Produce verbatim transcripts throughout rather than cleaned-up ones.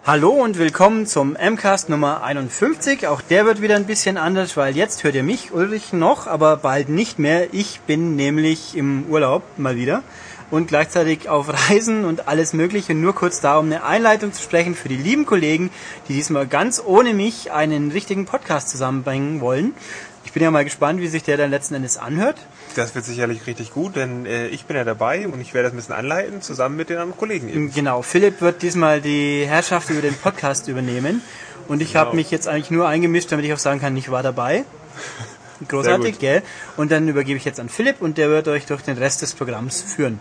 Hallo und willkommen zum M-Cast Nummer einundfünfzig. Auch der wird wieder ein bisschen anders, weil jetzt hört ihr mich, Ulrich, noch, aber bald nicht mehr. Ich bin nämlich im Urlaub mal wieder und gleichzeitig auf Reisen und alles Mögliche. Nur kurz da, um eine Einleitung zu sprechen für die lieben Kollegen, die diesmal ganz ohne mich einen richtigen Podcast zusammenbringen wollen. Ich bin ja mal gespannt, wie sich der dann letzten Endes anhört. Das wird sicherlich richtig gut, denn äh, ich bin ja dabei und ich werde das ein bisschen anleiten, zusammen mit den anderen Kollegen eben. Genau, Philipp wird diesmal die Herrschaft über den Podcast übernehmen und ich genau. habe mich jetzt eigentlich nur eingemischt, damit ich auch sagen kann, ich war dabei. Großartig, gell? Und dann übergebe ich jetzt an Philipp und der wird euch durch den Rest des Programms führen.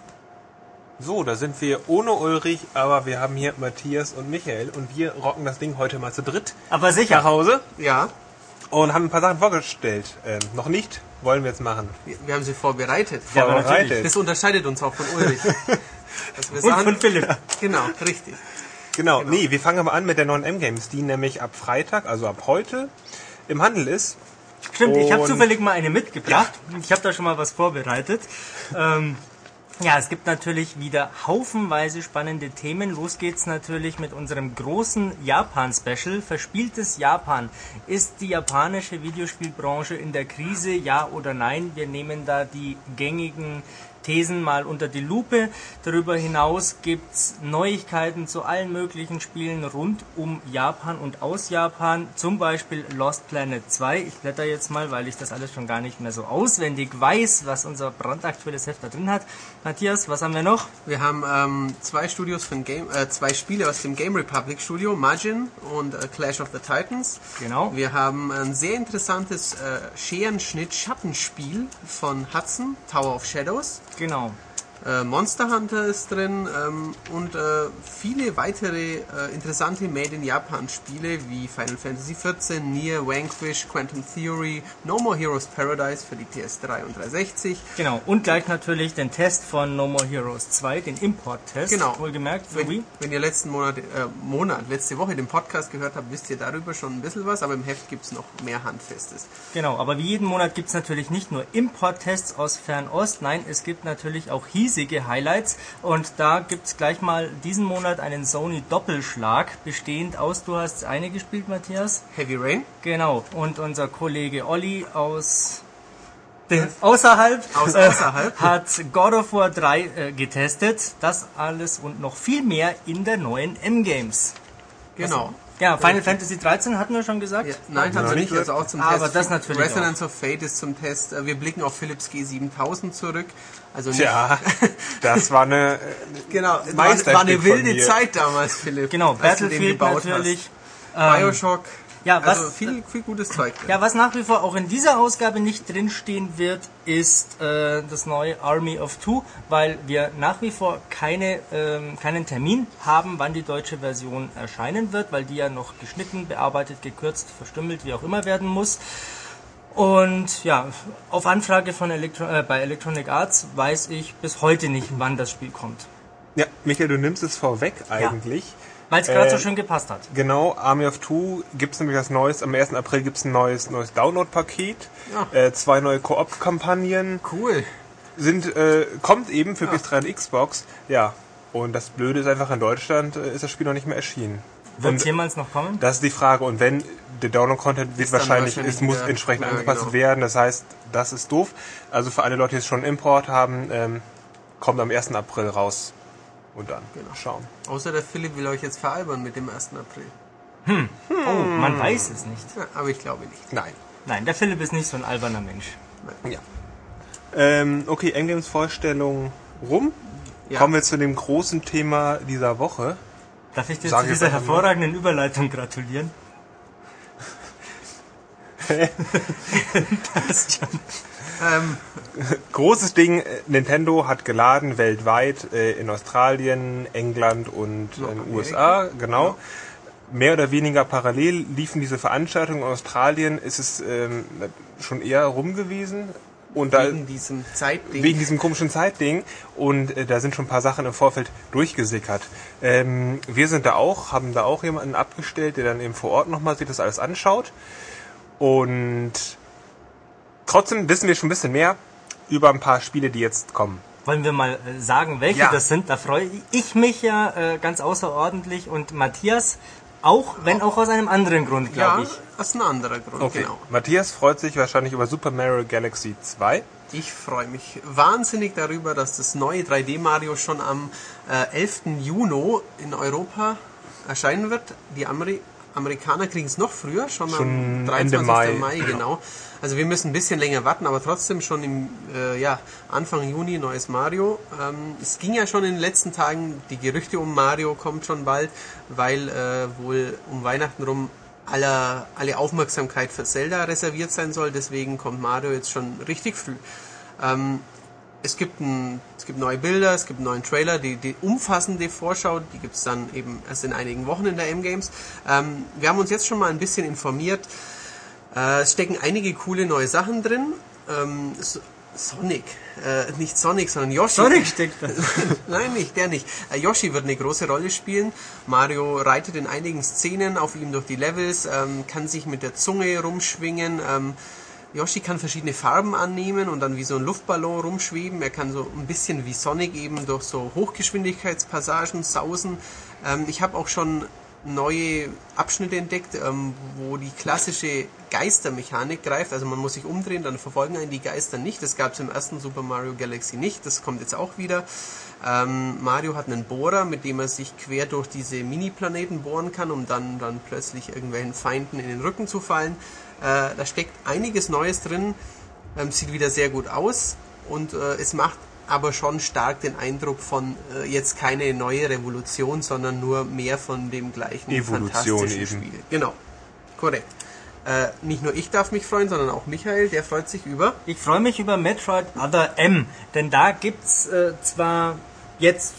So, da sind wir ohne Ulrich, aber wir haben hier Matthias und Michael und wir rocken das Ding heute mal zu dritt. Aber sicher. Nach Hause. Ja. Und haben ein paar Sachen vorgestellt. Ähm, noch nicht, wollen wir jetzt machen. Wir, wir haben sie vorbereitet. Ja, vorbereitet. Das unterscheidet uns auch von Ulrich. Dass wir sagen, und von Philipp. Genau, richtig. Genau, genau, nee, wir fangen aber an mit der neuen M-Games, die nämlich ab Freitag, also ab heute, im Handel ist. Stimmt, und ich habe zufällig mal eine mitgebracht. Ja. Ich habe da schon mal was vorbereitet. ähm, Ja, es gibt natürlich wieder haufenweise spannende Themen. Los geht's natürlich mit unserem großen Japan-Special. Verspieltes Japan. Ist die japanische Videospielbranche in der Krise, ja oder nein? Wir nehmen da die gängigen Thesen mal unter die Lupe. Darüber hinaus gibt's Neuigkeiten zu allen möglichen Spielen rund um Japan und aus Japan. Zum Beispiel Lost Planet zwei. Ich blätter jetzt mal, weil ich das alles schon gar nicht mehr so auswendig weiß, was unser brandaktuelles Heft da drin hat. Matthias, was haben wir noch? Wir haben ähm, zwei Studios von Game, äh, zwei Spiele aus dem Game Republic Studio, Majin und äh, Clash of the Titans. Genau. Wir haben ein sehr interessantes äh, Scherenschnitt-Schattenspiel von Hudson, Tower of Shadows. Genau. Äh, Monster Hunter ist drin ähm, und äh, viele weitere äh, interessante Made-in-Japan-Spiele wie Final Fantasy vierzehn, Nier, Vanquish, Quantum Theory, No More Heroes Paradise für die P S drei und dreihundertsechzig. Genau, und gleich natürlich den Test von No More Heroes zwei, den Import-Test. Genau. Wohlgemerkt, für wenn, Wii. wenn ihr letzten Monat, äh, Monat, letzte Woche den Podcast gehört habt, wisst ihr darüber schon ein bisschen was, aber im Heft gibt es noch mehr Handfestes. Genau, aber wie jeden Monat gibt es natürlich nicht nur Import-Tests aus Fernost, nein, es gibt natürlich auch hiesige Highlights und da gibt es gleich mal diesen Monat einen Sony-Doppelschlag, bestehend aus, du hast eine gespielt, Matthias? Heavy Rain. Genau, und unser Kollege Olli aus den, außerhalb, aus, außerhalb. Äh, hat God of War drei äh, getestet. Das alles und noch viel mehr in der neuen M-Games. Genau. Was, ja, Final Fantasy dreizehn hatten wir schon gesagt. Ja, nein, haben wir nicht, also auch zum aber Test. Das natürlich Resonance auch. of Fate ist zum Test. Wir blicken auf Philips G siebentausend zurück. Also nicht ja, das war eine genau, war, war eine wilde Zeit damals, Philipp. Genau, Battlefield natürlich. Ähm, Bioshock. Ja, was, also viel, viel gutes Zeug drin. Ja, was nach wie vor auch in dieser Ausgabe nicht drinstehen wird, ist äh, das neue Army of Two, weil wir nach wie vor keine, ähm, keinen Termin haben, wann die deutsche Version erscheinen wird, weil die ja noch geschnitten, bearbeitet, gekürzt, verstümmelt, wie auch immer werden muss. Und ja, auf Anfrage von Elektro- äh, bei Electronic Arts weiß ich bis heute nicht, wann das Spiel kommt. Ja, Michael, du nimmst es vorweg eigentlich. Ja. Weil es gerade äh, so schön gepasst hat. Genau, Army of Two gibt es nämlich was Neues. Am ersten April gibt es ein neues, neues Download-Paket. Ja. Äh, zwei neue Koop-Kampagnen. Cool. Sind, äh, kommt eben für ja. P S drei und Xbox. Ja, und das Blöde ist einfach, in Deutschland äh, ist das Spiel noch nicht mehr erschienen. Wird es jemals noch kommen? Das ist die Frage. Und wenn, der Download-Content wird wahrscheinlich, wahrscheinlich, es muss entsprechend ja, angepasst genau. werden. Das heißt, das ist doof. Also für alle Leute, die jetzt schon Import haben, ähm, kommt am ersten April raus. Und dann genau. schauen. Außer der Philipp will euch jetzt veralbern mit dem ersten April. Hm. hm. Oh, man weiß es nicht. Ja, aber ich glaube nicht. Nein. Nein, der Philipp ist nicht so ein alberner Mensch. Nein. Ja. Ähm, okay, M-Games Vorstellung rum. Ja. Kommen wir zu dem großen Thema dieser Woche. Darf ich dir Sag zu dieser hervorragenden mal. Überleitung gratulieren? Passt schon. Ähm, Großes Ding, Nintendo hat geladen weltweit, äh, in Australien, England und in den U S A, genau. Ja. Mehr oder weniger parallel liefen diese Veranstaltungen. In Australien ist es ähm, schon eher rum gewesen. Und wegen da, diesem Zeitding. Wegen diesem komischen Zeitding. Und äh, da sind schon ein paar Sachen im Vorfeld durchgesickert. Ähm, wir sind da auch, haben da auch jemanden abgestellt, der dann eben vor Ort nochmal sich das alles anschaut. Und trotzdem wissen wir schon ein bisschen mehr über ein paar Spiele, die jetzt kommen. Wollen wir mal äh, sagen, welche Ja. das sind? Da freue ich mich ja äh, ganz außerordentlich und Matthias auch, wenn auch aus einem anderen Grund, glaube Ja, ich. aus einem anderen Grund, Okay. genau. Matthias freut sich wahrscheinlich über Super Mario Galaxy zwei. Ich freue mich wahnsinnig darüber, dass das neue drei D Mario schon am äh, elften Juni in Europa erscheinen wird. Die Ameri- Amerikaner kriegen es noch früher, schon, Schon am dreiundzwanzigsten Ende Mai, Mai. genau. Also wir müssen ein bisschen länger warten, aber trotzdem schon im äh, ja, Anfang Juni neues Mario. Ähm, es ging ja schon in den letzten Tagen, die Gerüchte um Mario kommt schon bald, weil äh, wohl um Weihnachten rum aller, alle Aufmerksamkeit für Zelda reserviert sein soll. Deswegen kommt Mario jetzt schon richtig früh. Ähm, es, gibt ein, es gibt neue Bilder, es gibt einen neuen Trailer, die, die umfassende Vorschau, die gibt es dann eben erst in einigen Wochen in der M-Games. Ähm, wir haben uns jetzt schon mal ein bisschen informiert. Äh, es stecken einige coole neue Sachen drin. Ähm, so, Sonic, äh, nicht Sonic, sondern Yoshi. Sonic steckt da. Nein, nicht, der nicht. Äh, Yoshi wird eine große Rolle spielen. Mario reitet in einigen Szenen auf ihm durch die Levels, ähm, kann sich mit der Zunge rumschwingen. Ähm, Yoshi kann verschiedene Farben annehmen und dann wie so ein Luftballon rumschweben. Er kann so ein bisschen wie Sonic eben durch so Hochgeschwindigkeitspassagen sausen. Ähm, ich habe auch schon neue Abschnitte entdeckt, ähm, wo die klassische Geistermechanik greift. Also man muss sich umdrehen, dann verfolgen einen die Geister nicht. Das gab es im ersten Super Mario Galaxy nicht. Das kommt jetzt auch wieder. Ähm, Mario hat einen Bohrer, mit dem er sich quer durch diese Mini-Planeten bohren kann, um dann, dann plötzlich irgendwelchen Feinden in den Rücken zu fallen. Äh, da steckt einiges Neues drin. Ähm, sieht wieder sehr gut aus und äh, es macht aber schon stark den Eindruck von äh, jetzt keine neue Revolution, sondern nur mehr von dem gleichen Evolution fantastischen eben. Spiel. Genau, korrekt. Äh, nicht nur ich darf mich freuen, sondern auch Michael, der freut sich über. Ich freue mich über Metroid Other M, denn da gibt's äh, zwar jetzt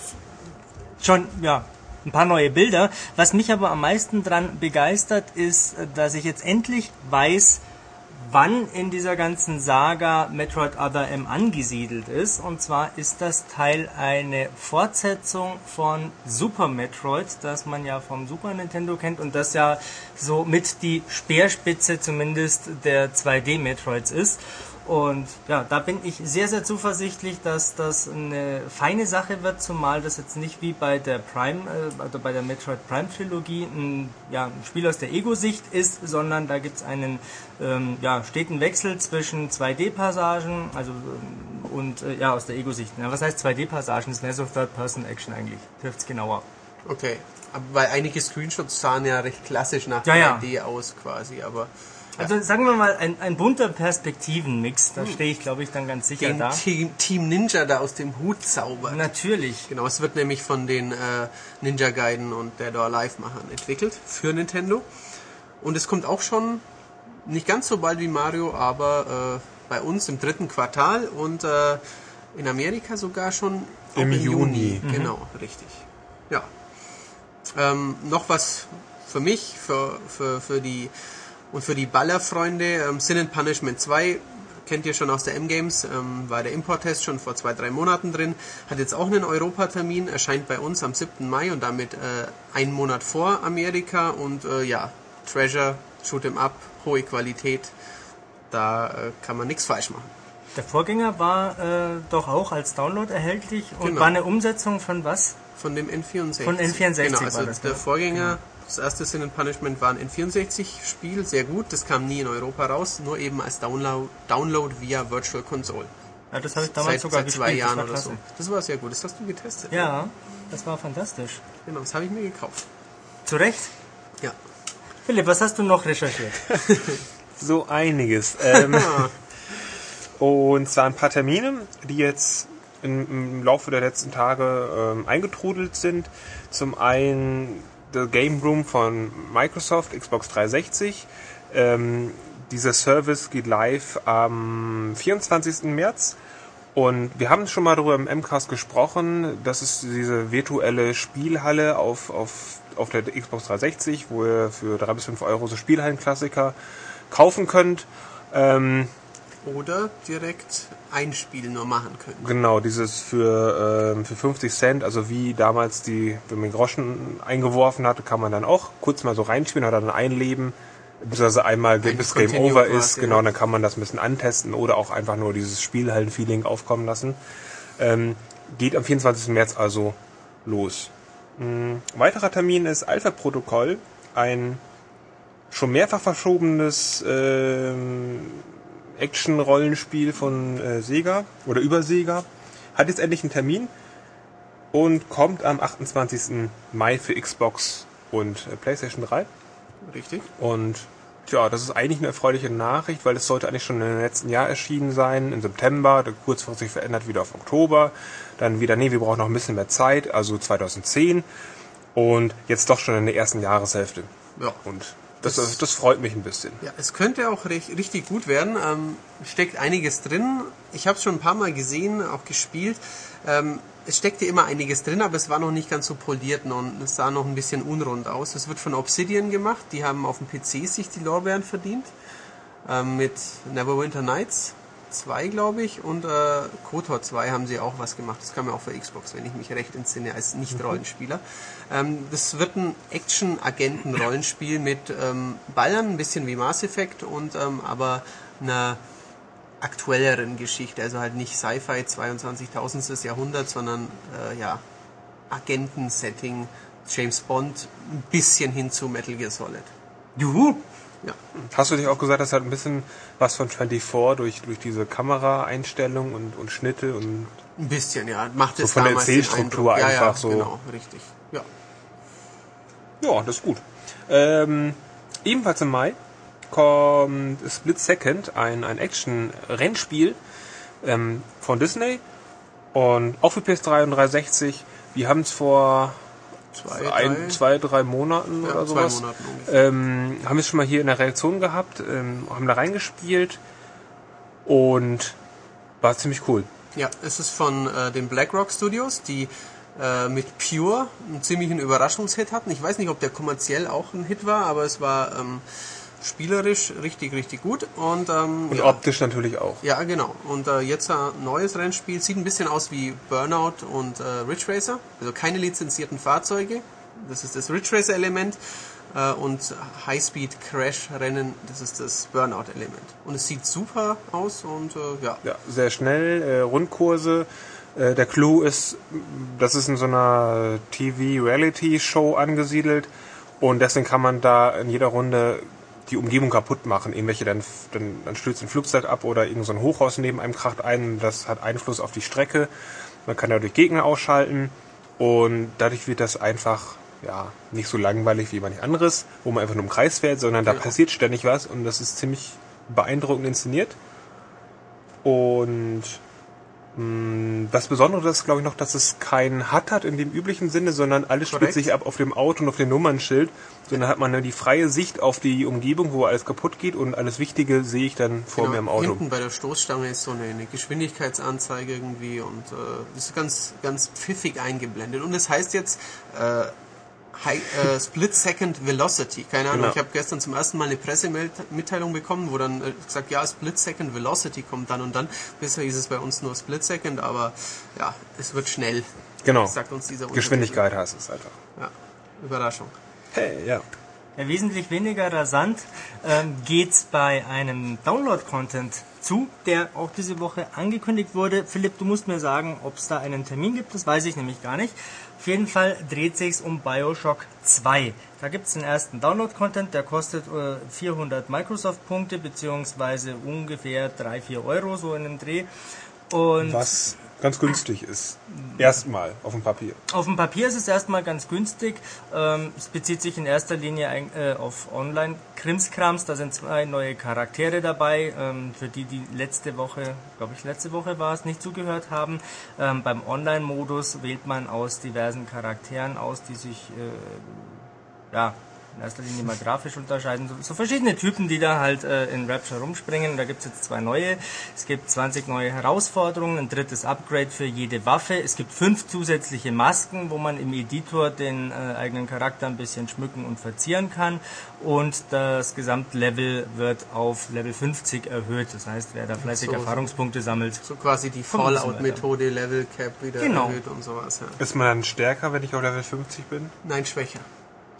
schon ja ein paar neue Bilder, was mich aber am meisten dran begeistert ist, äh, dass ich jetzt endlich weiß, wann in dieser ganzen Saga Metroid Other M angesiedelt ist. Und zwar ist das Teil eine Fortsetzung von Super Metroid, das man ja vom Super Nintendo kennt und das ja so mit die Speerspitze zumindest der zwei D Metroids ist. Und ja, da bin ich sehr, sehr zuversichtlich, dass das eine feine Sache wird, zumal das jetzt nicht wie bei der Prime, äh, also bei der Metroid Prime Trilogie ein, ja, ein Spiel aus der Ego-Sicht ist, sondern da gibt es einen ähm, ja, steten Wechsel zwischen zwei D Passagen, also ähm, und äh, ja, aus der Ego-Sicht. Ja, was heißt zwei D Passagen? Das ist mehr so Third-Person-Action eigentlich. Trifft es genauer. Okay, aber weil einige Screenshots sahen ja recht klassisch nach Ja, ja. drei D aus quasi, aber Also sagen wir mal, ein, ein bunter Perspektivenmix, da stehe ich glaube ich dann ganz sicher den da. Team, Team Ninja da aus dem Hut zaubert. Natürlich. Genau, es wird nämlich von den äh, Ninja Gaiden und Dead or Alive Machern entwickelt für Nintendo. Und es kommt auch schon nicht ganz so bald wie Mario, aber äh, bei uns im dritten Quartal und äh, in Amerika sogar schon auch Im Juni. Mhm. Genau, richtig. Ja. Ähm, noch was für mich, für, für, für die und für die Ballerfreunde. Ähm, Sin and Punishment zwei kennt ihr schon aus der M-Games, ähm, war der Import-Test schon vor zwei, drei Monaten drin, hat jetzt auch einen Europatermin, erscheint bei uns am siebten Mai und damit äh, einen Monat vor Amerika und äh, ja, Treasure, Shoot'em Up, hohe Qualität, da äh, kann man nichts falsch machen. Der Vorgänger war äh, doch auch als Download erhältlich und Genau. war eine Umsetzung von was? Von dem N vierundsechzig. Von N vierundsechzig genau, also war das, der ne? Vorgänger, Genau. das erste Sin and Punishment war ein N vierundsechzig-Spiel, sehr gut, das kam nie in Europa raus, nur eben als Download, Download via Virtual Console. Ja, das habe ich damals Seit, sogar seit zwei gespielt. Jahren das war oder so. klasse. Das war sehr gut, das hast du getestet. Ja, das war fantastisch. Genau, das habe ich mir gekauft. Zu Recht. Ja. Philipp, was hast du noch recherchiert? So einiges. Ähm, und zwar ein paar Termine, die jetzt im, im Laufe der letzten Tage ähm, eingetrudelt sind. Zum einen der Game Room von Microsoft, Xbox dreihundertsechzig. Ähm, dieser Service geht live am vierundzwanzigsten März. Und wir haben schon mal darüber im M-Cast gesprochen. Das ist diese virtuelle Spielhalle auf, auf, auf der Xbox dreihundertsechzig, wo ihr für drei bis fünf Euro so Spielhallenklassiker kaufen könnt. Ähm, Oder direkt ein Spiel nur machen können. genau, dieses für, ähm, für fünfzig Cent, also wie damals die, wenn man Groschen eingeworfen hatte, kann man dann auch kurz mal so reinspielen, hat dann ein Leben, beziehungsweise einmal, Ein bis Game Continue Over quasi, ist, ja. genau, dann kann man das ein bisschen antesten oder auch einfach nur dieses Spielhallen-Feeling aufkommen lassen. Ähm, geht am vierundzwanzigsten März also los. Ein weiterer Termin ist Alpha-Protokoll, ein schon mehrfach verschobenes ähm, Action-Rollenspiel von äh, Sega oder über Sega. Hat jetzt endlich einen Termin und kommt am achtundzwanzigsten Mai für Xbox und äh, PlayStation drei. Richtig. Und ja, das ist eigentlich eine erfreuliche Nachricht, weil es sollte eigentlich schon im letzten Jahr erschienen sein, im September, dann kurzfristig verändert wieder auf Oktober, dann wieder, nee, wir brauchen noch ein bisschen mehr Zeit, also zweitausendzehn und jetzt doch schon in der ersten Jahreshälfte. Ja. Und das, das, das freut mich ein bisschen. Ja, es könnte auch recht, richtig gut werden, ähm, steckt einiges drin, ich habe es schon ein paar Mal gesehen, auch gespielt, ähm, es steckte immer einiges drin, aber es war noch nicht ganz so poliert und es sah noch ein bisschen unrund aus. Es wird von Obsidian gemacht, die haben auf dem P C sich die Lorbeeren verdient. Ähm, mit Neverwinter Nights zwei, glaube ich, und äh, KOTOR zwei haben sie auch was gemacht. Das kam ja auch für Xbox, wenn ich mich recht entsinne, als Nicht-Rollenspieler. Ähm, das wird ein Action-Agenten-Rollenspiel mit ähm, Ballern, ein bisschen wie Mass Effect, und ähm, aber einer aktuelleren Geschichte, also halt nicht Sci-Fi zweiundzwanzigtausendstes Jahrhundert, sondern äh, ja, Agenten-Setting, James Bond, ein bisschen hin zu Metal Gear Solid. Juhu! Ja. Hast du dich auch gesagt, das hat ein bisschen was von vierundzwanzig durch, durch diese Kameraeinstellung und, und Schnitte und ein bisschen, ja. Macht so es von der damals den Erzählstruktur Eindruck. einfach ja, ja, so. Genau, richtig. Ja. Ja, das ist gut. Ähm, ebenfalls im Mai kommt Split Second, ein, ein Action-Rennspiel ähm, von Disney und auch für P S drei und dreihundertsechzig. Wir haben es vor Zwei, ein, drei, zwei, drei Monaten ja, oder zwei sowas. Monaten ungefähr. Ähm, haben wir es schon mal hier in der Reaktion gehabt, ähm, haben da reingespielt und war ziemlich cool. Ja, es ist von äh, den BlackRock Studios, die äh, mit Pure einen ziemlichen Überraschungshit hatten. Ich weiß nicht, ob der kommerziell auch ein Hit war, aber es war ähm, spielerisch richtig, richtig gut. Und, ähm, Und ja. optisch natürlich auch. Ja, genau. Und äh, jetzt ein neues Rennspiel. Sieht ein bisschen aus wie Burnout und äh, Ridge Racer. Also keine lizenzierten Fahrzeuge. Das ist das Ridge Racer Element. Äh, und High-Speed Crash Rennen, das ist das Burnout Element. Und es sieht super aus und äh, ja. Ja, sehr schnell, äh, Rundkurse. Äh, der Clou ist, das ist in so einer T V-Reality-Show angesiedelt. Und deswegen kann man da in jeder Runde die Umgebung kaputt machen. Irgendwelche, dann, dann, dann stürzt ein Flugzeug ab oder irgend so ein Hochhaus neben einem kracht ein. Das hat Einfluss auf die Strecke. Man kann dadurch Gegner ausschalten und dadurch wird das einfach ja nicht so langweilig wie manch anderes, wo man einfach nur im Kreis fährt, sondern da Ja. passiert ständig was und das ist ziemlich beeindruckend inszeniert. Und mh, das Besondere ist, glaube ich, noch, dass es kein H U D hat in dem üblichen Sinne, sondern alles spielt Korrekt. sich ab auf dem Auto und auf dem Nummernschild. Sondern hat man dann die freie Sicht auf die Umgebung, wo alles kaputt geht und alles Wichtige sehe ich dann vor Genau, mir im Auto. Hinten bei der Stoßstange ist so eine, eine Geschwindigkeitsanzeige irgendwie und äh, das ist ganz, ganz pfiffig eingeblendet. Und das heißt jetzt äh, High, äh, Split Second Velocity. Keine Ahnung, Genau. ich habe gestern zum ersten Mal eine Pressemitteilung bekommen, wo dann äh, gesagt, ja, Split Second Velocity kommt dann und dann. Bisher hieß es bei uns nur Split Second, aber ja, es wird schnell. Genau. Sagt uns dieser Geschwindigkeit heißt es einfach. Ja, Überraschung. Hey, ja. Ja, wesentlich weniger rasant ähm, geht's bei einem Download-Content zu, der auch diese Woche angekündigt wurde. Philipp, du musst mir sagen, ob es da einen Termin gibt, das weiß ich nämlich gar nicht. Auf jeden Fall dreht sich's um Bioshock zwei. Da gibt's den ersten Download-Content, der kostet äh, vierhundert Microsoft-Punkte, beziehungsweise ungefähr drei, vier Euro, so in dem Dreh. Und Was ganz günstig ist. Erstmal auf dem Papier. auf dem Papier ist es erstmal ganz günstig. Ähm, es bezieht sich in erster Linie ein, äh, auf Online-Krimskrams. Da sind zwei neue Charaktere dabei. Ähm, für die, die letzte Woche, glaube ich, letzte Woche war es, nicht zugehört haben. Ähm, beim Online-Modus wählt man aus diversen Charakteren aus, die sich äh, ja in erster Linie mal grafisch unterscheiden. So, so verschiedene Typen, die da halt äh, in Rapture rumspringen. Und da gibt es jetzt zwei neue. Es gibt zwanzig neue Herausforderungen, ein drittes Upgrade für jede Waffe. Es gibt fünf zusätzliche Masken, wo man im Editor den äh, eigenen Charakter ein bisschen schmücken und verzieren kann. Und das Gesamtlevel wird auf Level fünfzig erhöht. Das heißt, wer da fleißig So, so. Erfahrungspunkte sammelt. So quasi die Kommt ein bisschen Fallout-Methode, Level Cap wieder Genau. erhöht und sowas. Ja. Ist man dann stärker, wenn ich auf Level fünfzig bin? Nein, schwächer.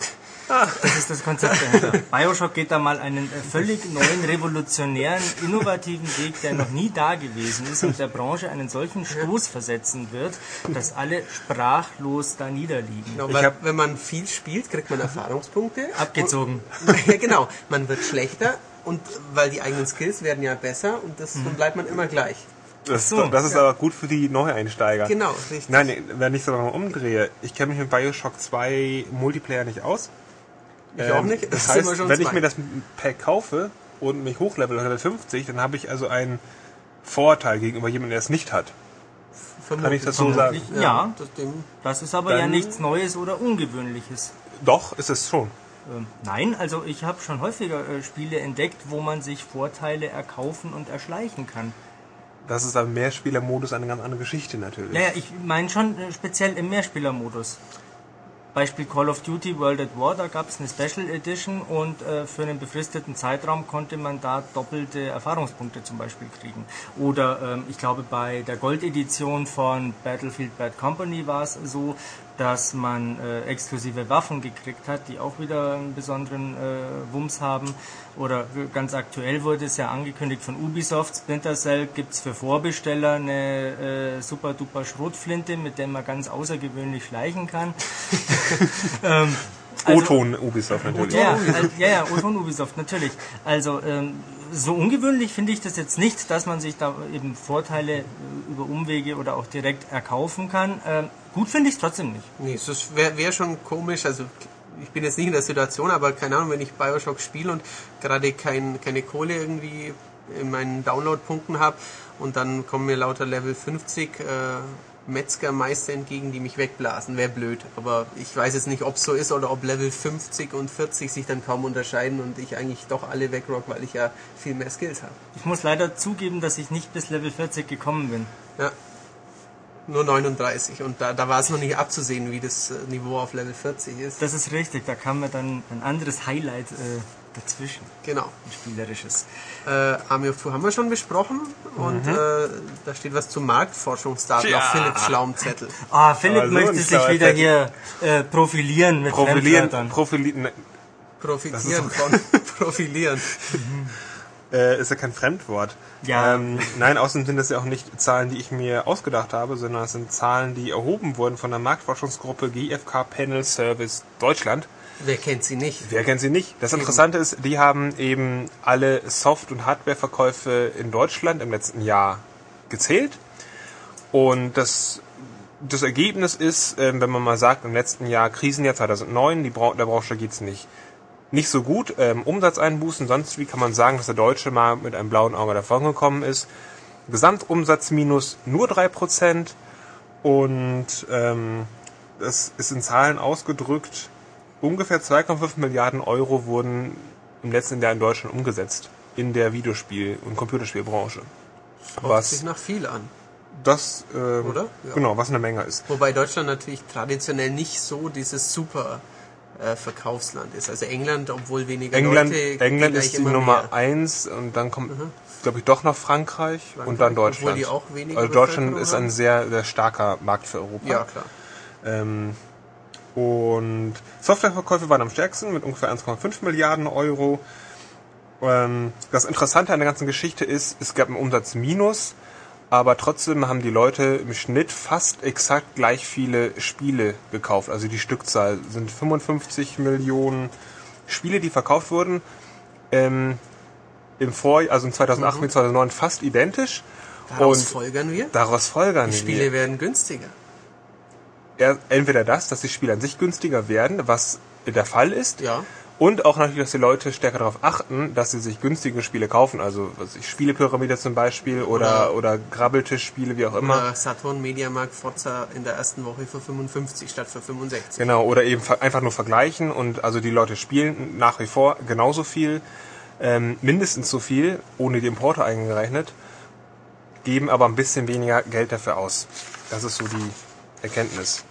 Das ist das Konzept dahinter. Bioshock geht da mal einen völlig neuen, revolutionären, innovativen Weg, der noch nie da gewesen ist und der Branche einen solchen Stoß versetzen wird, dass alle sprachlos da niederliegen. Genau, weil, wenn man viel spielt, kriegt man Erfahrungspunkte. Abgezogen. Und, ja, genau. Man wird schlechter und weil die eigenen Skills werden ja besser und das, dann bleibt man immer gleich. Das, so, das ist ja. aber gut für die Neueinsteiger. Genau, richtig. Nein, wenn ich es aber mal umdrehe, ich kenne mich mit Bioshock zwei Multiplayer nicht aus. Ich ähm, auch nicht. Das, das heißt, wenn zwei. ich mir das Pack kaufe und mich hochlevel auf Level fünfzig, dann habe ich also einen Vorteil gegenüber jemandem, der es nicht hat. Vermutlich. Kann ich das so sagen? Ja, ja, das, das ist aber dann ja nichts Neues oder Ungewöhnliches. Doch, ist es schon. Ähm, nein, also ich habe schon häufiger äh, Spiele entdeckt, wo man sich Vorteile erkaufen und erschleichen kann. Das ist am Mehrspielermodus eine ganz andere Geschichte natürlich. Naja, ich meine schon äh, speziell im Mehrspielermodus. Beispiel Call of Duty World at War, da gab es eine Special Edition und äh, für einen befristeten Zeitraum konnte man da doppelte Erfahrungspunkte zum Beispiel kriegen. Oder ähm, ich glaube bei der Gold-Edition von Battlefield Bad Company war es so, dass man äh, exklusive Waffen gekriegt hat, die auch wieder einen besonderen äh, Wumms haben. Oder ganz aktuell wurde es ja angekündigt von Ubisoft, Splinter Cell gibt's für Vorbesteller eine äh, super duper Schrotflinte, mit der man ganz außergewöhnlich schleichen kann. ähm, also, O-Ton Ubisoft natürlich. Ja, also, ja, ja, O-Ton Ubisoft natürlich. Also ähm, so ungewöhnlich finde ich das jetzt nicht, dass man sich da eben Vorteile äh, über Umwege oder auch direkt erkaufen kann. Ähm, gut finde ich es trotzdem nicht. Nee, das wäre wär schon komisch, also ich bin jetzt nicht in der Situation, aber keine Ahnung, wenn ich Bioshock spiele und gerade kein, keine Kohle irgendwie in meinen Download-Punkten habe und dann kommen mir lauter Level fünfzig äh, Metzgermeister entgegen, die mich wegblasen, wäre blöd. Aber ich weiß jetzt nicht, ob es so ist oder ob Level fünfzig und vierzig sich dann kaum unterscheiden und ich eigentlich doch alle wegrock, weil ich ja viel mehr Skills habe. Ich muss leider zugeben, dass ich nicht bis Level vierzig gekommen bin. Ja. Nur neununddreißig und da, da war es noch nicht abzusehen, wie das Niveau auf Level vierzig ist. Das ist richtig, da kam mir dann ein anderes Highlight äh, dazwischen. Genau. Ein spielerisches. Äh, Army of Two haben wir schon besprochen und mhm. äh, da steht was zum Marktforschungsdaten ja. auf Philips schlauem Zettel. Ah, Philipp also möchte sich wieder Zettel. hier äh, profilieren mit Profilieren, profilieren. Ne. Profitieren von profilieren. Äh, ist ja kein Fremdwort. Ja. Ähm, nein, außerdem sind das ja auch nicht Zahlen, die ich mir ausgedacht habe, sondern es sind Zahlen, die erhoben wurden von der Marktforschungsgruppe G F K Panel Service Deutschland. Wer kennt sie nicht? Wer kennt sie nicht? Das Interessante ist, die haben eben alle Soft- und Hardwareverkäufe in Deutschland im letzten Jahr gezählt. Und das, das Ergebnis ist, wenn man mal sagt, im letzten Jahr, Krisenjahr zweitausendneun, die Bra- der Branche geht's nicht. Nicht so gut, ähm, Umsatzeinbußen, sonst wie kann man sagen, dass der Deutsche mal mit einem blauen Auge davongekommen ist. Gesamtumsatz minus nur drei Prozent und ähm, das ist in Zahlen ausgedrückt, ungefähr zwei Komma fünf Milliarden Euro wurden im letzten Jahr in Deutschland umgesetzt in der Videospiel- und Computerspielbranche. Was sich nach viel an. Das, ähm, oder? Ja. Genau, was eine Menge ist. Wobei Deutschland natürlich traditionell nicht so dieses super Äh, Verkaufsland ist. Also England, obwohl weniger England, Leute... England ist die Nummer eins und dann kommt, mhm. glaube ich, doch noch Frankreich, Frankreich und dann Deutschland. Obwohl die auch weniger also Deutschland ist ein sehr, sehr starker Markt für Europa. Ja, klar. Ähm, und Softwareverkäufe waren am stärksten mit ungefähr eins Komma fünf Milliarden Euro. Ähm, das Interessante an der ganzen Geschichte ist, es gab einen Umsatzminus, aber trotzdem haben die Leute im Schnitt fast exakt gleich viele Spiele gekauft. Also die Stückzahl sind fünfundfünfzig Millionen Spiele, die verkauft wurden. Ähm, im Vor, also in zweitausendacht mhm. mit zweitausendneun fast identisch. Daraus und folgern wir? Daraus folgern die Spiele wir. werden günstiger. Ja, entweder das, dass die Spiele an sich günstiger werden, was der Fall ist. Ja. Und auch natürlich, dass die Leute stärker darauf achten, dass sie sich günstige Spiele kaufen. Also was weiß ich, Spielepyramide zum Beispiel oder, oder, oder Grabbeltischspiele, wie auch immer. Oder Saturn, Mediamarkt, Forza in der ersten Woche für fünfundfünfzig statt für fünfundsechzig. Genau, oder eben einfach nur vergleichen. Und also die Leute spielen nach wie vor genauso viel, ähm, mindestens so viel, ohne die Importe eingerechnet, geben aber ein bisschen weniger Geld dafür aus. Das ist so die Erkenntnis.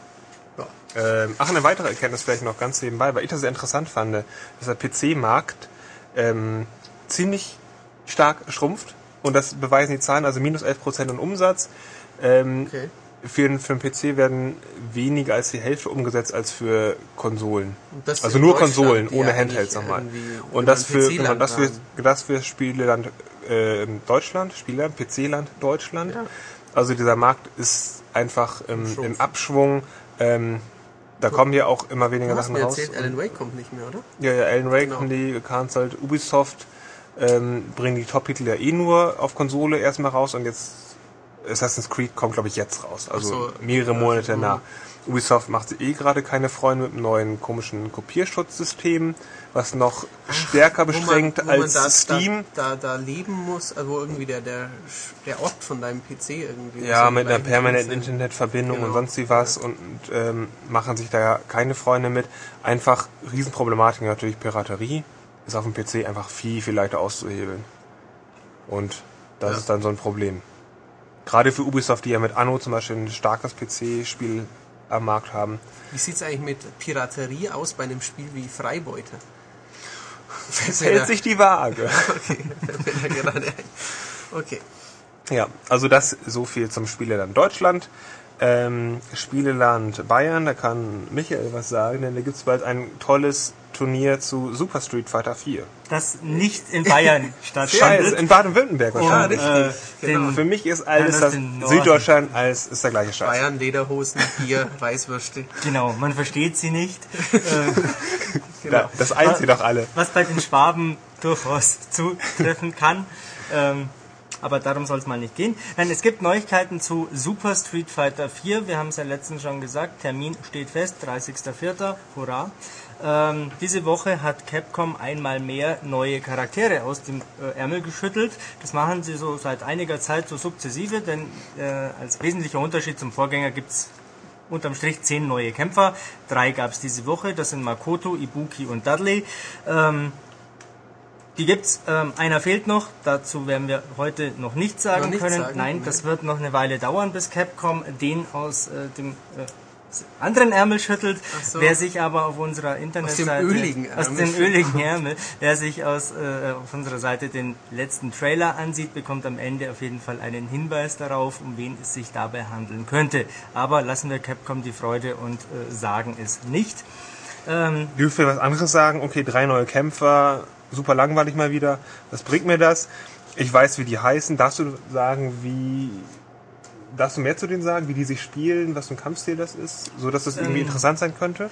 Ähm, ach, eine weitere Erkenntnis vielleicht noch ganz nebenbei, weil ich das sehr interessant fand, dass der P C-Markt ähm, ziemlich stark schrumpft und das beweisen die Zahlen, also minus elf Prozent im Umsatz. Ähm, okay. für, den- für den P C werden weniger als die Hälfte umgesetzt als für Konsolen. Und das Also in nur Deutschland, Konsolen, die ohne ja Handhelds eigentlich nochmal. irgendwie Und das für, P C wenn man das für, waren. das für Spieleland äh, Deutschland, Spieleland, P C-Land Deutschland. Ja. Also dieser Markt ist einfach ähm, Schrumpf. im Abschwung. Ähm, da kommen ja auch immer weniger Du hast Sachen mir raus. erzählt, Alan Wake kommt nicht mehr, oder? Ja, ja, Alan Wake Genau. haben die gecancelt. Ubisoft ähm, bringen die Top-Titel ja eh nur auf Konsole erstmal raus und jetzt Assassin's Creed kommt, glaube ich, jetzt raus. Also Ach so, mehrere ja, Monate mhm. nach. Ubisoft macht sich eh gerade keine Freunde mit einem neuen komischen Kopierschutzsystem, was noch stärker beschränkt wo man, wo als man da, Steam. Da, da, da leben muss, also wo irgendwie der, der, der Ort von deinem P C irgendwie... Ja, so mit einer gleich permanenten sind. Internetverbindung Genau. und sonst wie was und ähm, machen sich da keine Freunde mit. Einfach Riesenproblematik natürlich Piraterie. Ist auf dem P C einfach viel, viel leichter auszuhebeln. Und das Ja. ist dann so ein Problem. Gerade für Ubisoft, die ja mit Anno zum Beispiel ein starkes P C-Spiel am Markt haben. Wie sieht's eigentlich mit Piraterie aus bei einem Spiel wie Freibeuter? Es hält sich die Waage. Okay, fällt mir gerade ein. Okay. Ja, also das so viel zum Spieleland Deutschland. Ähm, Spieleland Bayern, da kann Michael was sagen, denn da gibt es bald ein tolles Turnier zu Super Street Fighter vier. Das nicht in Bayern Scheiße, stattfindet. in Baden-Württemberg Um, wahrscheinlich. Ja, richtig. äh, Genau. den, Für mich ist alles Dann das aus dem Norden. Süddeutschland als ist der gleiche Scheiß. Bayern, Lederhosen, Bier, Weißwürste. genau, man versteht sie nicht. äh, Da, das eint sie doch alle. Was bei den Schwaben durchaus zutreffen kann. Ähm, aber darum soll es mal nicht gehen. Nein, es gibt Neuigkeiten zu Super Street Fighter vier. Wir haben es ja letztens schon gesagt. Termin steht fest, dreißigster vierter Hurra. Ähm, diese Woche hat Capcom einmal mehr neue Charaktere aus dem äh, Ärmel geschüttelt. Das machen sie so seit einiger Zeit so sukzessive, denn äh, als wesentlicher Unterschied zum Vorgänger gibt's unterm Strich zehn neue Kämpfer. Drei gab es diese Woche. Das sind Makoto, Ibuki und Dudley. Ähm, die gibt's. Ähm, einer fehlt noch. Dazu werden wir heute noch nichts sagen Noch nichts können. sagen? Nein, Nein. das wird noch eine Weile dauern, bis Capcom den aus äh, dem äh, anderen Ärmel schüttelt. Ach so. Wer sich aber auf unserer Internetseite öligen aus Ärmel dem öligen Ärmel, wer sich aus, äh, auf unserer Seite den letzten Trailer ansieht, bekommt am Ende auf jeden Fall einen Hinweis darauf, um wen es sich dabei handeln könnte. Aber lassen wir Capcom die Freude und äh, sagen es nicht. Ähm, Dürfen wir was anderes sagen? Okay, drei neue Kämpfer, super langweilig mal wieder. Was bringt mir das? Ich weiß, wie die heißen. Darfst du sagen, wie... Darfst du mehr zu denen sagen, wie die sich spielen, was für ein Kampfstil das ist, so dass das irgendwie Ähm, interessant sein könnte?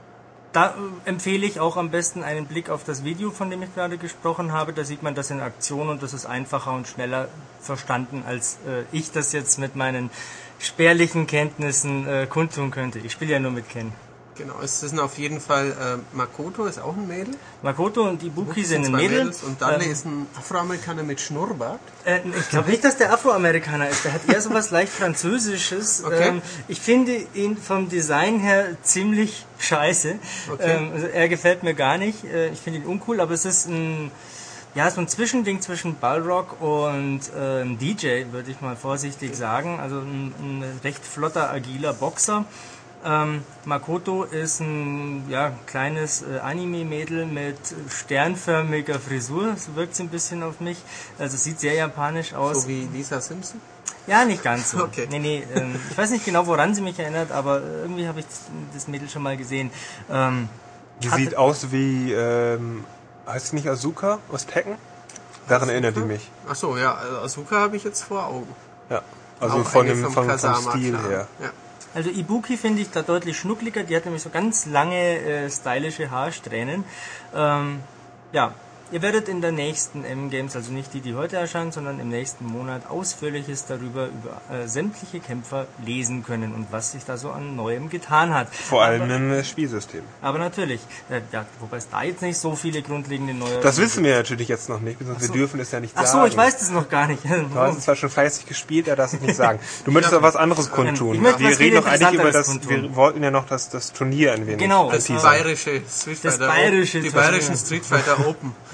Da äh, empfehle ich auch am besten einen Blick auf das Video, von dem ich gerade gesprochen habe. Da sieht man das in Aktion und das ist einfacher und schneller verstanden, als äh, ich das jetzt mit meinen spärlichen Kenntnissen äh, kundtun könnte. Ich spiele ja nur mit Ken. Genau, es sind auf jeden Fall äh, Makoto ist auch ein Mädel. Makoto und Ibuki sind ein zwei Mädel. Mädels und Dudley Ähm, ist ein Afroamerikaner mit Schnurrbart. Äh, ich glaube nicht, dass der Afroamerikaner ist. Der hat eher so was leicht Französisches. Okay. Ähm, ich finde ihn vom Design her ziemlich scheiße. Okay. Ähm, also er gefällt mir gar nicht. Äh, ich finde ihn uncool, aber es ist ein, ja, so ein Zwischending zwischen Balrog und ähm, D J, würde ich mal vorsichtig sagen. Also ein, ein recht flotter, agiler Boxer. Ähm, Makoto ist ein ja, kleines äh, Anime-Mädel mit sternförmiger Frisur. So wirkt sie ein bisschen auf mich. Also sieht sehr japanisch aus. So wie Lisa Simpson. Ja, nicht ganz so. Okay. Nee, nee, ähm, ich weiß nicht genau, woran sie mich erinnert, aber irgendwie habe ich das Mädel schon mal gesehen. Ähm, Die hatte- sieht aus wie, ähm, heißt sie nicht Azuka aus Tekken? Daran erinnert die mich. Ach so, ja, also Asuka habe ich jetzt vor Augen. Ja. Also Auch von eine dem, vom vom, vom Kasama, Stil klar. her. Ja. Also Ibuki finde ich da deutlich schnuckliger. Die hat nämlich so ganz lange, äh, stylische Haarsträhnen. Ähm, ja, ihr werdet in der nächsten M-Games, also nicht die, die heute erscheinen, sondern im nächsten Monat Ausführliches darüber über äh, sämtliche Kämpfer lesen können und was sich da so an Neuem getan hat. Vor allem aber, im äh, Spielsystem. aber natürlich, äh, ja, wobei es da jetzt nicht so viele grundlegende Neuerungen Das wissen wir natürlich jetzt noch nicht, sonst so. wir dürfen es ja nicht Ach sagen. so, ich weiß das noch gar nicht. Du hast es zwar schon fleißig gespielt, er darf es nicht sagen. Du möchtest aber was anderes kundtun. ich möchte Wir was viel reden doch eigentlich über das, Interessanteres wir wollten ja noch das, das Turnier ein wenig Genau, Das anteasern. bayerische Street Das Fighter. bayerische die Turnier. bayerischen Street Fighter Open.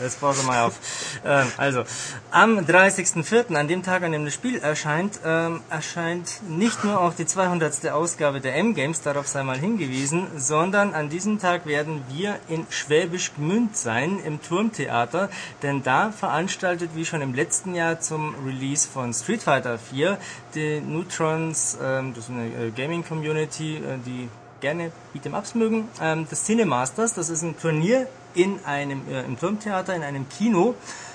jetzt pause mal auf. Ähm, also, am dreißigsten vierten, an dem Tag, an dem das Spiel erscheint, ähm, erscheint nicht nur auch die zweihundertste Ausgabe der M-Games, darauf sei mal hingewiesen, sondern an diesem Tag werden wir in Schwäbisch Gmünd sein, im Turmtheater, denn da veranstaltet, wie schon im letzten Jahr zum Release von Street Fighter vier, die Neutrons, ähm, das ist eine äh, Gaming-Community, äh, die gerne Beat'em-Ups mögen, ähm, das Cinemasters, das ist ein Turnier in einem, äh, im Turmtheater, in einem Kino,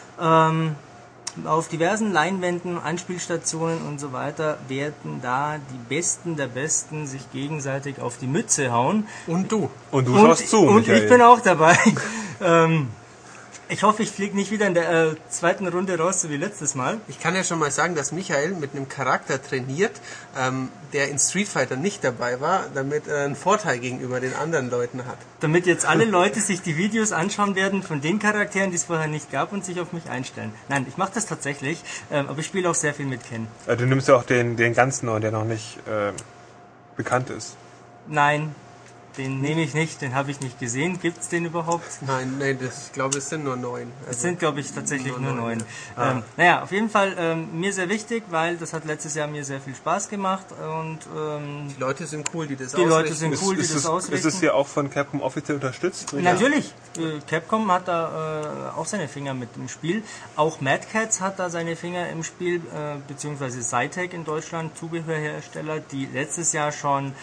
ähm, auf diversen Leinwänden, Anspielstationen und so weiter werden da die Besten der Besten sich gegenseitig auf die Mütze hauen. Und du. Und du und, schaust zu, Und Michael. ich bin auch dabei. ähm, Ich hoffe, ich fliege nicht wieder in der äh, zweiten Runde raus, so wie letztes Mal. Ich kann ja schon mal sagen, dass Michael mit einem Charakter trainiert, ähm, der in Street Fighter nicht dabei war, damit er einen Vorteil gegenüber den anderen Leuten hat. Damit jetzt alle Leute sich die Videos anschauen werden von den Charakteren, die es vorher nicht gab und sich auf mich einstellen. Nein, ich mache das tatsächlich, ähm, aber ich spiele auch sehr viel mit Ken. Äh, Du nimmst ja auch den, den ganz neuen, der noch nicht äh, bekannt ist. Nein, den nehme ich nicht, den habe ich nicht gesehen. Gibt's den überhaupt? Nein, nein, das, ich glaube, es sind nur neun. Es Also, sind, glaube ich, tatsächlich nur nur neun, neun. ja. Ähm, naja, auf jeden Fall ähm, mir sehr wichtig, weil das hat letztes Jahr mir sehr viel Spaß gemacht und ähm, die Leute sind cool, die das die Leute sind Ist, cool, die ist, das es, ausrichten. ist es hier auch von Capcom offiziell unterstützt? Natürlich, äh, Capcom hat da äh, auch seine Finger mit im Spiel. Auch Mad Catz hat da seine Finger im Spiel, äh, beziehungsweise Zytec in Deutschland, Zubehörhersteller, die letztes Jahr schon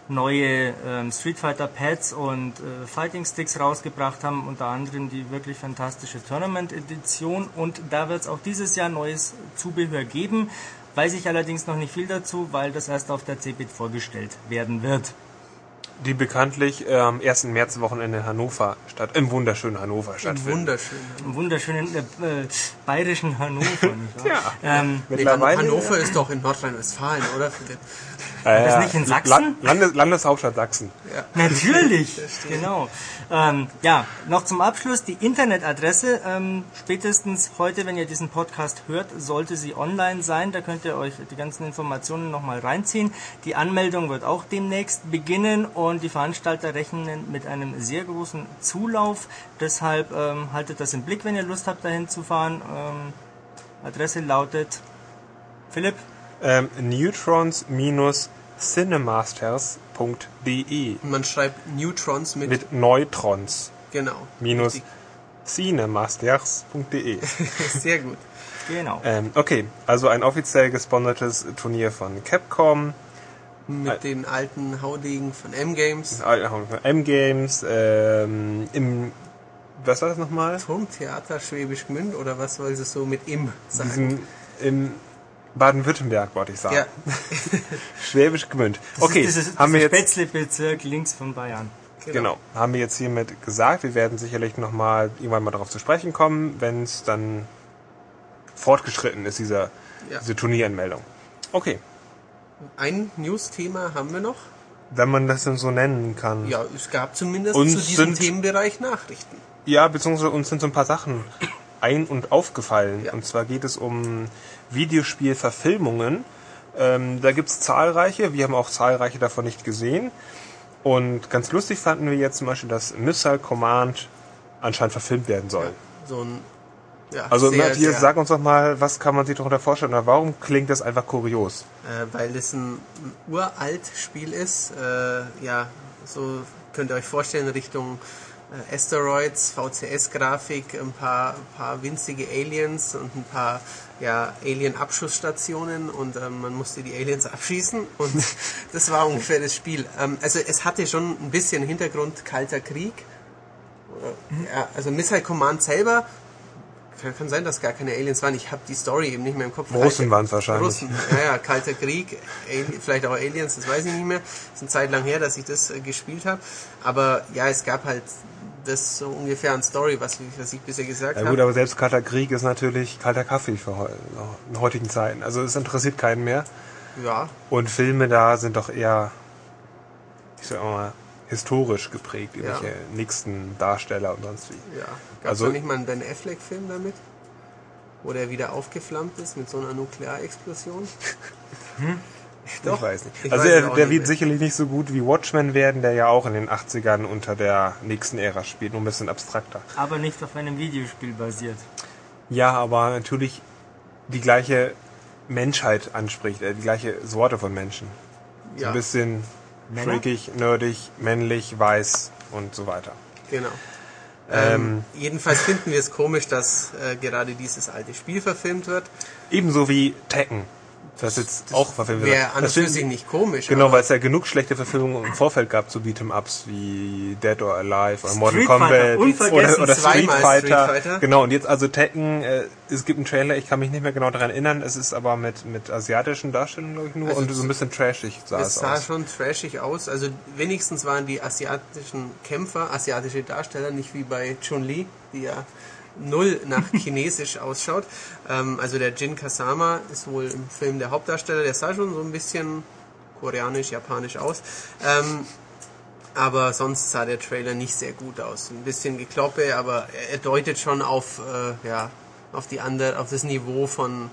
neue ähm, Street Fighter Pads und äh, Fighting Sticks rausgebracht haben, unter anderem die wirklich fantastische Tournament Edition, und da wird es auch dieses Jahr neues Zubehör geben. Weiß ich allerdings noch nicht viel dazu, weil das erst auf der C eBit vorgestellt werden wird. Die bekanntlich äh, am ersten März Wochenende in Hannover statt, im wunderschönen Hannover stattfindet. wunderschön. Im wunderschönen äh, äh, bayerischen Hannover. Nicht wahr? Ja. Ähm, Nee, Hannover ist doch in Nordrhein-Westfalen, oder? Äh, das nicht in Sachsen? Landes, Landeshauptstadt Sachsen. Ja. Natürlich, genau. Ähm, ja, noch zum Abschluss die Internetadresse. Ähm, spätestens heute, wenn ihr diesen Podcast hört, sollte sie online sein. Da könnt ihr euch die ganzen Informationen nochmal reinziehen. Die Anmeldung wird auch demnächst beginnen und die Veranstalter rechnen mit einem sehr großen Zulauf. Deshalb ähm, haltet das im Blick, wenn ihr Lust habt, dahin zu fahren. Ähm, Adresse lautet Philipp? Ähm, neutrons-cinemasters punkt de Man schreibt Neutrons mit, mit Neutrons genau. minus Richtig. cinemasters punkt de. Sehr gut. Genau. ähm, okay, also ein offiziell gesponsertes Turnier von Capcom, Mit den alten Haudegen von M-Games. M-Games, ähm, im, was war das nochmal? Turmtheater Schwäbisch Gmünd oder was soll es so mit im sagen? Diesem, im Baden-Württemberg, wollte ich sagen. Ja. Schwäbisch Gmünd. Das Okay, ist, das ist, haben wir das jetzt... Spätzle-Bezirk links von Bayern. Genau, haben wir jetzt hiermit gesagt. Wir werden sicherlich nochmal irgendwann mal darauf zu sprechen kommen, wenn es dann fortgeschritten ist, dieser, Ja. diese Turnieranmeldung. Okay, Ein News-Thema haben wir noch. wenn man das denn so nennen kann. Ja, es gab zumindest Uns zu diesem sind- Themenbereich Nachrichten. Ja, beziehungsweise uns sind so ein paar Sachen ein- und aufgefallen. Ja. Und zwar geht es um Videospielverfilmungen. Ähm, da gibt es zahlreiche. Wir haben auch zahlreiche davon nicht gesehen. Und ganz lustig fanden wir jetzt zum Beispiel, dass Missile Command anscheinend verfilmt werden soll. So ein, ja, Also sehr, Matthias, sehr, sag uns doch mal, was kann man sich darunter vorstellen? Oder warum klingt das einfach kurios? äh, weil das ein, ein uralt Spiel ist. Äh, ja, so könnt ihr euch vorstellen, Richtung äh, Asteroids, V C S-Grafik, ein paar, ein paar winzige Aliens und ein paar ja, Alien-Abschussstationen und ähm, man musste die Aliens abschießen und das war ungefähr das Spiel. Ähm, also es hatte schon ein bisschen Hintergrund Kalter Krieg. Oder, ja, also Missile Command selber, kann, kann sein, dass gar keine Aliens waren. Ich habe die Story eben nicht mehr im Kopf. Russen waren es wahrscheinlich. Russen, ja, ja, Kalter Krieg, Ali- vielleicht auch Aliens, das weiß ich nicht mehr. Das ist eine Zeit lang her, dass ich das äh, gespielt habe. Aber ja, es gab halt das so ungefähr an Story, was, ich- was ich bisher gesagt Ja habe. gut, aber selbst kalter Krieg ist natürlich kalter Kaffee für heu in heutigen Zeiten. Also es interessiert keinen mehr. Ja, Und Filme da sind doch eher, ich sag mal, historisch geprägt, irgendwelche Ja. nächsten Darsteller und sonst wie. ja. Gab es Also- da nicht mal einen Ben Affleck-Film damit? Wo der wieder aufgeflammt ist mit so einer Nuklearexplosion? Doch, ich weiß nicht. Ich also weiß der, auch der nicht wird mehr. sicherlich nicht so gut wie Watchmen werden, der ja auch in den achtzigern unter der nächsten Ära spielt, nur ein bisschen abstrakter. Aber nicht auf einem Videospiel basiert. Ja, aber natürlich die gleiche Menschheit anspricht, äh, die gleiche Sorte von Menschen. So Ja, ein bisschen Männer? freakig, nerdig, männlich, weiß und so weiter. genau. Ähm, Ähm, jedenfalls finden wir es komisch, dass äh, gerade dieses alte Spiel verfilmt wird. Ebenso wie Tekken, das jetzt auch verfilmt wird. Wäre an und Das für finden- sich nicht komisch. Genau, aber weil es ja genug schlechte Verfilmungen im Vorfeld gab zu Beat'em-Ups wie Dead or Alive oder Mortal Street Kombat Fighter, unvergessen, oder, oder Street zweimal Fighter. Street Fighter. Genau, und jetzt also Tekken, äh, es gibt einen Trailer, ich kann mich nicht mehr genau daran erinnern, es ist aber mit, mit asiatischen Darstellungen, glaube ich, nur Also und so ein bisschen trashig sah es es sah aus. schon trashig aus. Also wenigstens waren die asiatischen Kämpfer, asiatische Darsteller, nicht wie bei Chun-Li, die ja null nach chinesisch ausschaut. Ähm, also der Jin Kazama ist wohl im Film der Hauptdarsteller, der sah schon so ein bisschen koreanisch, japanisch aus. Ähm, aber sonst sah der Trailer nicht sehr gut aus. Ein bisschen Gekloppe, aber er, er deutet schon auf, äh, ja, auf die andere, auf das Niveau von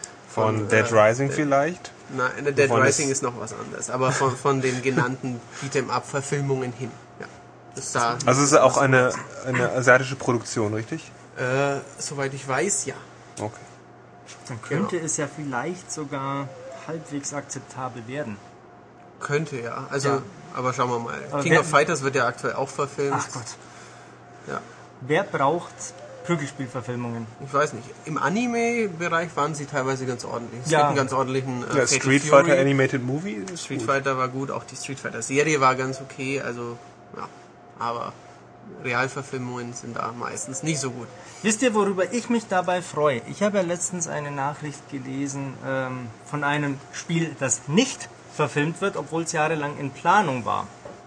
Von äh, Dead Rising Dead- vielleicht. Nein, Dead Wovon Rising es- ist noch was anderes, aber von, von den genannten Beat'em-up-Verfilmungen hin. Ja, das sah Also es ist auch eine, eine asiatische Produktion, richtig? Äh, soweit ich weiß, ja. Okay. Dann könnte es ja vielleicht sogar halbwegs akzeptabel werden. Könnte ja. Also, Ja. aber schauen wir mal. Aber King wer- of Fighters wird ja aktuell auch verfilmt. Ach Gott. Ja. Wer braucht Prügelspielverfilmungen? Ich weiß nicht. Im Anime-Bereich waren sie teilweise ganz ordentlich. Es Ja. gibt einen ganz ordentlichen äh, Ja, Fatal Street Fury. Fighter Animated Movie ist Street gut. Fighter war gut, auch die Street Fighter Serie war ganz okay. Also, ja. Aber Realverfilmungen sind da meistens nicht so gut. Wisst ihr, worüber ich mich dabei freue? Ich habe ja letztens eine Nachricht gelesen ähm, von einem Spiel, das nicht verfilmt wird, obwohl es jahrelang in Planung war.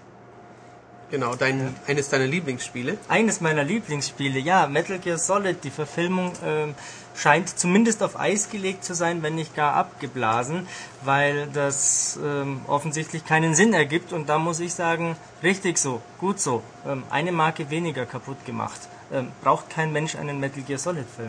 Genau, dein, eines deiner Lieblingsspiele. Eines meiner Lieblingsspiele, ja, Metal Gear Solid, die Verfilmung ähm, scheint zumindest auf Eis gelegt zu sein, wenn nicht gar abgeblasen, weil das ähm, offensichtlich keinen Sinn ergibt und da muss ich sagen, richtig so, gut so, ähm, eine Marke weniger kaputt gemacht. Ähm, braucht kein Mensch einen Metal Gear Solid Film.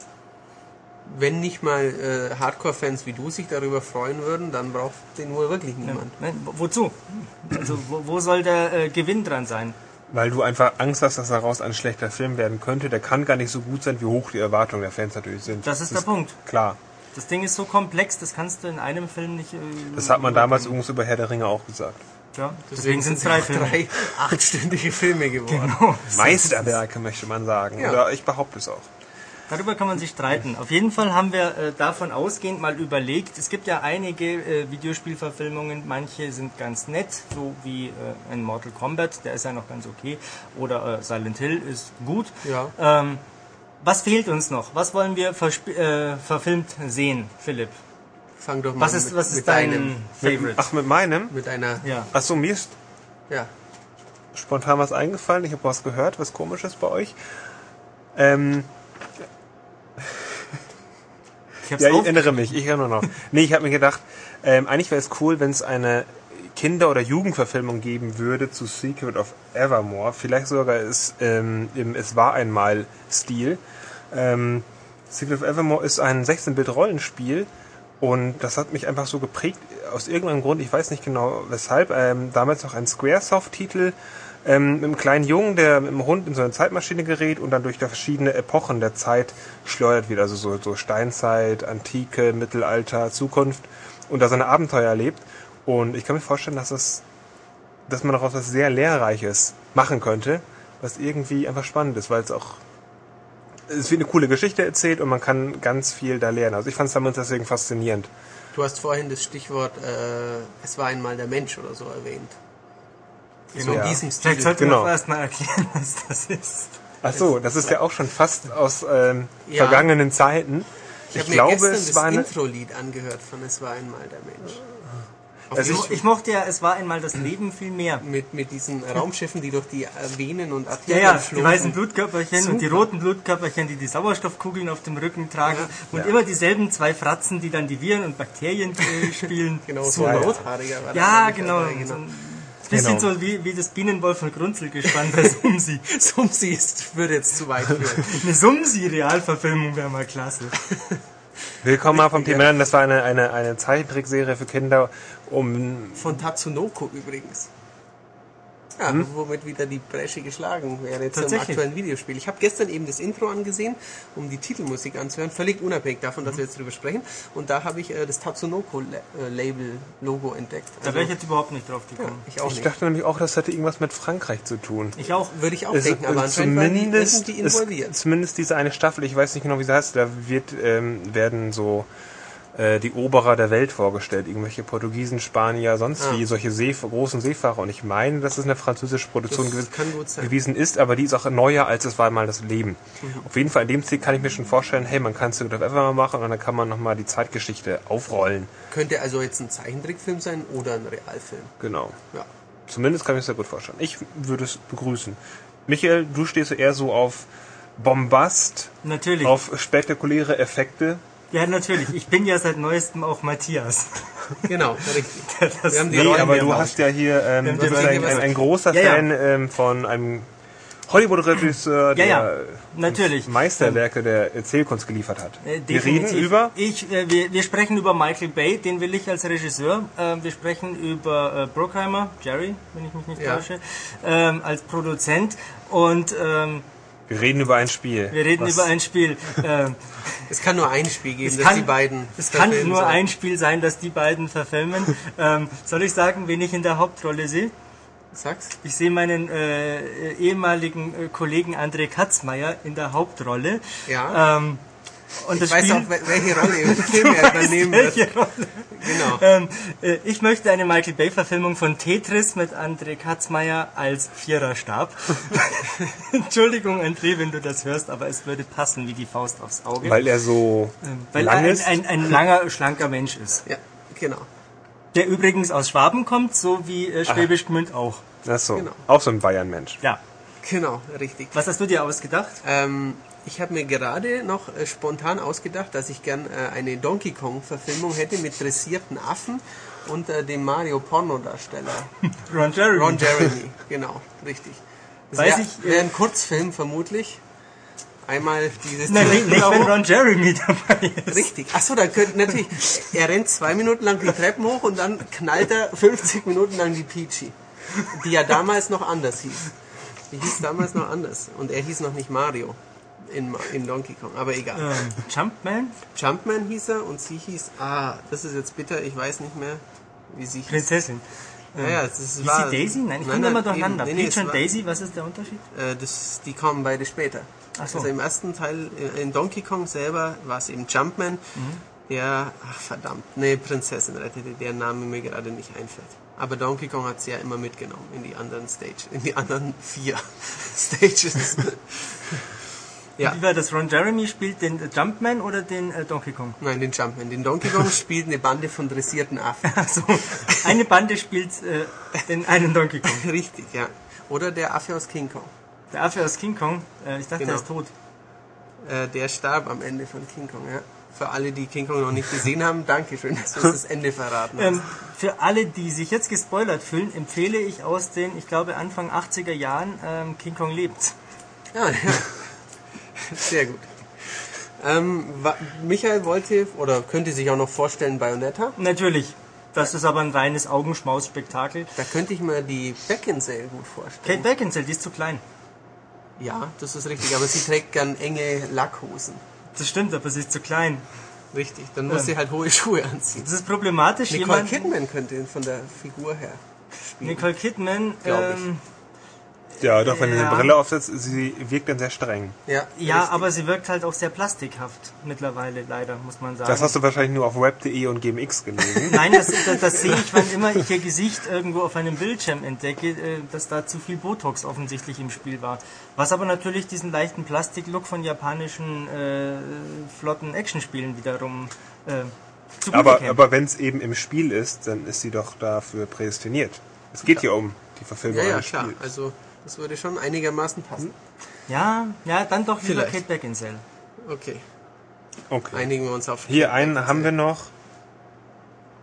Wenn nicht mal äh, Hardcore-Fans wie du sich darüber freuen würden, dann braucht den wohl wirklich niemand. Ne? Wo- Wozu? Also wo, wo soll der äh, Gewinn dran sein? Weil du einfach Angst hast, dass daraus ein schlechter Film werden könnte. Der kann gar nicht so gut sein, wie hoch die Erwartungen der Fans natürlich sind. Das ist der Punkt. Klar. Das Ding ist so komplex, das kannst du in einem Film nicht... Äh, Das hat man damals übrigens über Herr der Ringe auch gesagt. Ja, deswegen sind es drei Filme. drei achtstündige Filme geworden. Genau. Meisterwerke, möchte man sagen. Ja. Oder ich behaupte es auch. Darüber kann man sich streiten. Auf jeden Fall haben wir äh, davon ausgehend mal überlegt, es gibt ja einige äh, Videospielverfilmungen, manche sind ganz nett, so wie äh, ein Mortal Kombat, der ist ja noch ganz okay, oder äh, Silent Hill ist gut. Ja. Ähm, was fehlt uns noch? Was wollen wir versp- äh, verfilmt sehen, Philipp? Fang doch mal Was ist, mit, was ist mit dein deinem, Favorite? Ach, mit meinem? mit einer, Ja. Achso, mir ist ja. spontan was eingefallen. Ich habe was gehört, was komisch ist bei euch. Ähm, Ich hab's ja, ich auf- erinnere mich. Ich erinnere noch. Nee, ich habe mir gedacht, ähm, eigentlich wäre es cool, wenn es eine Kinder- oder Jugendverfilmung geben würde zu Secret of Evermore. Vielleicht sogar ist, ähm, im Es war einmal Stil. Ähm, Secret of Evermore ist ein sechzehn-Bit-Rollenspiel und das hat mich einfach so geprägt. Aus irgendeinem Grund, ich weiß nicht genau weshalb, ähm, damals noch ein Squaresoft-Titel ähm, mit einem kleinen Jungen, der mit einem Hund in so eine Zeitmaschine gerät und dann durch verschiedene Epochen der Zeit schleudert wird. Also so, so Steinzeit, Antike, Mittelalter, Zukunft und da seine Abenteuer erlebt. Und ich kann mir vorstellen, dass es, dass man daraus was sehr Lehrreiches machen könnte, was irgendwie einfach spannend ist, weil es auch, es wird eine coole Geschichte erzählt und man kann ganz viel da lernen. Also ich fand es damals deswegen faszinierend. Du hast vorhin das Stichwort äh, es war einmal der Mensch oder so erwähnt. So Ja. in diesem Vielleicht Stil. sollten Genau. wir erst mal erklären, was das ist. Ach so, das ist ja auch schon fast aus ähm, Ja. vergangenen Zeiten. Ich habe mir glaube, gestern es das war eine, Intro-Lied angehört von Es war einmal der Mensch. Auf Also YouTube. Ich, ich mochte ja, es war einmal das Leben viel mehr. mit, mit diesen Raumschiffen, die durch die äh, Venen und Ja, Arterien ja, die flogen. weißen Blutkörperchen und die Super. roten Blutkörperchen, die die Sauerstoffkugeln auf dem Rücken tragen Ja. und Ja. immer dieselben zwei Fratzen, die dann die Viren und Bakterien äh, spielen. Genau, so Super. ein Rothaariger war Ja, das genau. dabei, So ein bisschen Genau. so wie, wie das Bienenwolf von Grunzelgespann bei Sumsi. Sumsi ist, würde jetzt zu weit führen. Eine Sumsi-Realverfilmung wäre mal klasse. Willkommen mal vom Thema. Das war eine, eine, eine Zeichentrickserie für Kinder um... Von Tatsunoko übrigens. Ja, hm? Womit wieder die Bresche geschlagen wäre zum aktuellen Videospiel. Ich habe gestern eben das Intro angesehen, um die Titelmusik anzuhören, völlig unabhängig davon, dass wir jetzt drüber sprechen. Und da habe ich äh, das Tatsunoko-Label-Logo entdeckt. Also, da wäre ich jetzt überhaupt nicht drauf gekommen. Ja, ich auch ich nicht. dachte nämlich auch, das hätte irgendwas mit Frankreich zu tun. Ich auch. Würde ich auch es, denken, aber anscheinend zumindest, die, die involviert. Ist, zumindest diese eine Staffel, ich weiß nicht genau, wie sie heißt, da wird, ähm, werden so die Oberer der Welt vorgestellt, irgendwelche Portugiesen, Spanier, sonst ah. wie, solche See, großen Seefahrer. Und ich meine, dass es eine französische Produktion gew gewesen ist, aber die ist auch neuer, als es war mal das Leben. Mhm. Auf jeden Fall in dem Stil kann ich mir schon vorstellen, hey, man kann Secret of Evermore machen und dann kann man nochmal die Zeitgeschichte aufrollen. Könnte also jetzt ein Zeichentrickfilm sein oder ein Realfilm. Genau. Ja. Zumindest kann ich es sehr gut vorstellen. Ich würde es begrüßen. Michael, du stehst eher so auf Bombast, natürlich, auf spektakuläre Effekte. Ja, natürlich. Ich bin ja seit neuestem auch Matthias. Genau, richtig. Wir haben die nee, aber du hast ja hier, ähm, du bist ein, ein, ein großer ja, Fan ja. Ähm, von einem Hollywood-Regisseur, der ja, ja. Natürlich. Meisterwerke der Erzählkunst geliefert hat. Äh, wir reden über... Ich, äh, wir, wir sprechen über Michael Bay, den will ich als Regisseur. Äh, wir sprechen über äh, Bruckheimer, Jerry, wenn ich mich nicht ja. täusche, ähm, als Produzent. Und... Ähm, Wir reden über ein Spiel. Wir reden Was? über ein Spiel. Ähm, es kann nur ein Spiel geben, dass kann, die beiden Es kann nur sollen. ein Spiel sein, dass die beiden verfilmen. ähm, soll ich sagen, wen ich in der Hauptrolle sehe? Sag's. Ich sehe meinen äh, ehemaligen äh, Kollegen André Katzmeier in der Hauptrolle. Ja. Ähm, Und ich das weiß Spiel, auch, welche Rolle im Film er übernehmen wird. Genau. Ähm, äh, ich möchte eine Michael Bay-Verfilmung von Tetris mit André Katzmeier als Viererstab. Entschuldigung, André, wenn du das hörst, aber es würde passen wie die Faust aufs Auge. Weil er so ähm, Weil lang er ist? Ein, ein, ein langer, schlanker Mensch ist. Ja, genau. Der übrigens aus Schwaben kommt, so wie äh, Schwäbisch Gmünd auch. Ach so, genau. Auch so ein Bayern-Mensch. Ja. Genau, richtig. Was hast du dir ausgedacht? Ähm... Ich habe mir gerade noch äh, spontan ausgedacht, dass ich gern äh, eine Donkey Kong-Verfilmung hätte mit dressierten Affen und äh, dem Mario-Pornodarsteller. Ron Jeremy. Ron Jeremy, genau, richtig. Das Weiß wäre ich, wär ein Kurzfilm vermutlich. Einmal dieses... Nein, nicht, nicht wenn Ron Jeremy dabei ist. Richtig. Achso, dann könnte natürlich... Er rennt zwei Minuten lang die Treppen hoch und dann knallt er fünfzig Minuten lang die Peachy. Die ja damals noch anders hieß. Die hieß damals noch anders. Und er hieß noch nicht Mario. In, in Donkey Kong, aber egal. Ähm, Jumpman? Jumpman hieß er und sie hieß, ah, das ist jetzt bitter, ich weiß nicht mehr, wie sie hieß. Prinzessin. Ja, ja, das ist Hieß sie Daisy? Nein, ich komme immer durcheinander. Nee, nee, Peach und Daisy, was ist der Unterschied? Äh, das, die kommen beide später. Ach so. Also im ersten Teil, in Donkey Kong selber, war es eben Jumpman, mhm. der, ach verdammt, nee, Prinzessin rettete, deren Name mir gerade nicht einfällt. Aber Donkey Kong hat sie ja immer mitgenommen in die anderen Stages, in die anderen vier Stages. Ja. Wie war das? Ron Jeremy spielt den Jumpman oder den äh, Donkey Kong? Nein, den Jumpman. Den Donkey Kong spielt eine Bande von dressierten Affen. Also eine Bande spielt äh, den einen Donkey Kong. Richtig, ja. Oder der Affe aus King Kong. Der Affe aus King Kong? Äh, ich dachte, genau. Der ist tot. Äh, der starb am Ende von King Kong, ja. Für alle, die King Kong noch nicht gesehen haben, danke schön, dass du uns das Ende verraten hast. Ähm, für alle, die sich jetzt gespoilert fühlen, empfehle ich aus den, ich glaube, Anfang achtziger Jahren ähm, King Kong lebt. Ja, ja. Sehr gut. Ähm, Michael wollte oder könnte sich auch noch vorstellen Bayonetta. Natürlich. Das ist aber ein reines Augenschmaus-Spektakel. Da könnte ich mir die Beckinsale gut vorstellen. Kate Beckinsale, die ist zu klein. Ja, das ist richtig. Aber sie trägt gern enge Lackhosen. Das stimmt, aber sie ist zu klein. Richtig, dann muss ähm, sie halt hohe Schuhe anziehen. Das ist problematisch. Nicole jemand, Kidman könnte von der Figur her spielen. Nicole Kidman, glaube ich. Ähm, Ja, doch, wenn ja. du eine Brille aufsetzt, sie wirkt dann sehr streng. Ja, ja, aber sie wirkt halt auch sehr plastikhaft mittlerweile, leider, muss man sagen. Das hast du wahrscheinlich nur auf web punkt de und G M X gelesen. Nein, das, das, das sehe ich, wann immer ich ihr Gesicht irgendwo auf einem Bildschirm entdecke, dass da zu viel Botox offensichtlich im Spiel war. Was aber natürlich diesen leichten Plastiklook von japanischen äh, flotten Actionspielen wiederum äh, zugute Aber, käme. aber wenn es eben im Spiel ist, dann ist sie doch dafür prädestiniert. Es geht ja. hier um die Verfilmung ja, ja, eines klar. Spiels. Also das würde schon einigermaßen passen. Ja, ja, dann doch lieber Vielleicht. Kate Beckinsale. Okay. Okay. Einigen wir uns auf Hier einen haben wir noch.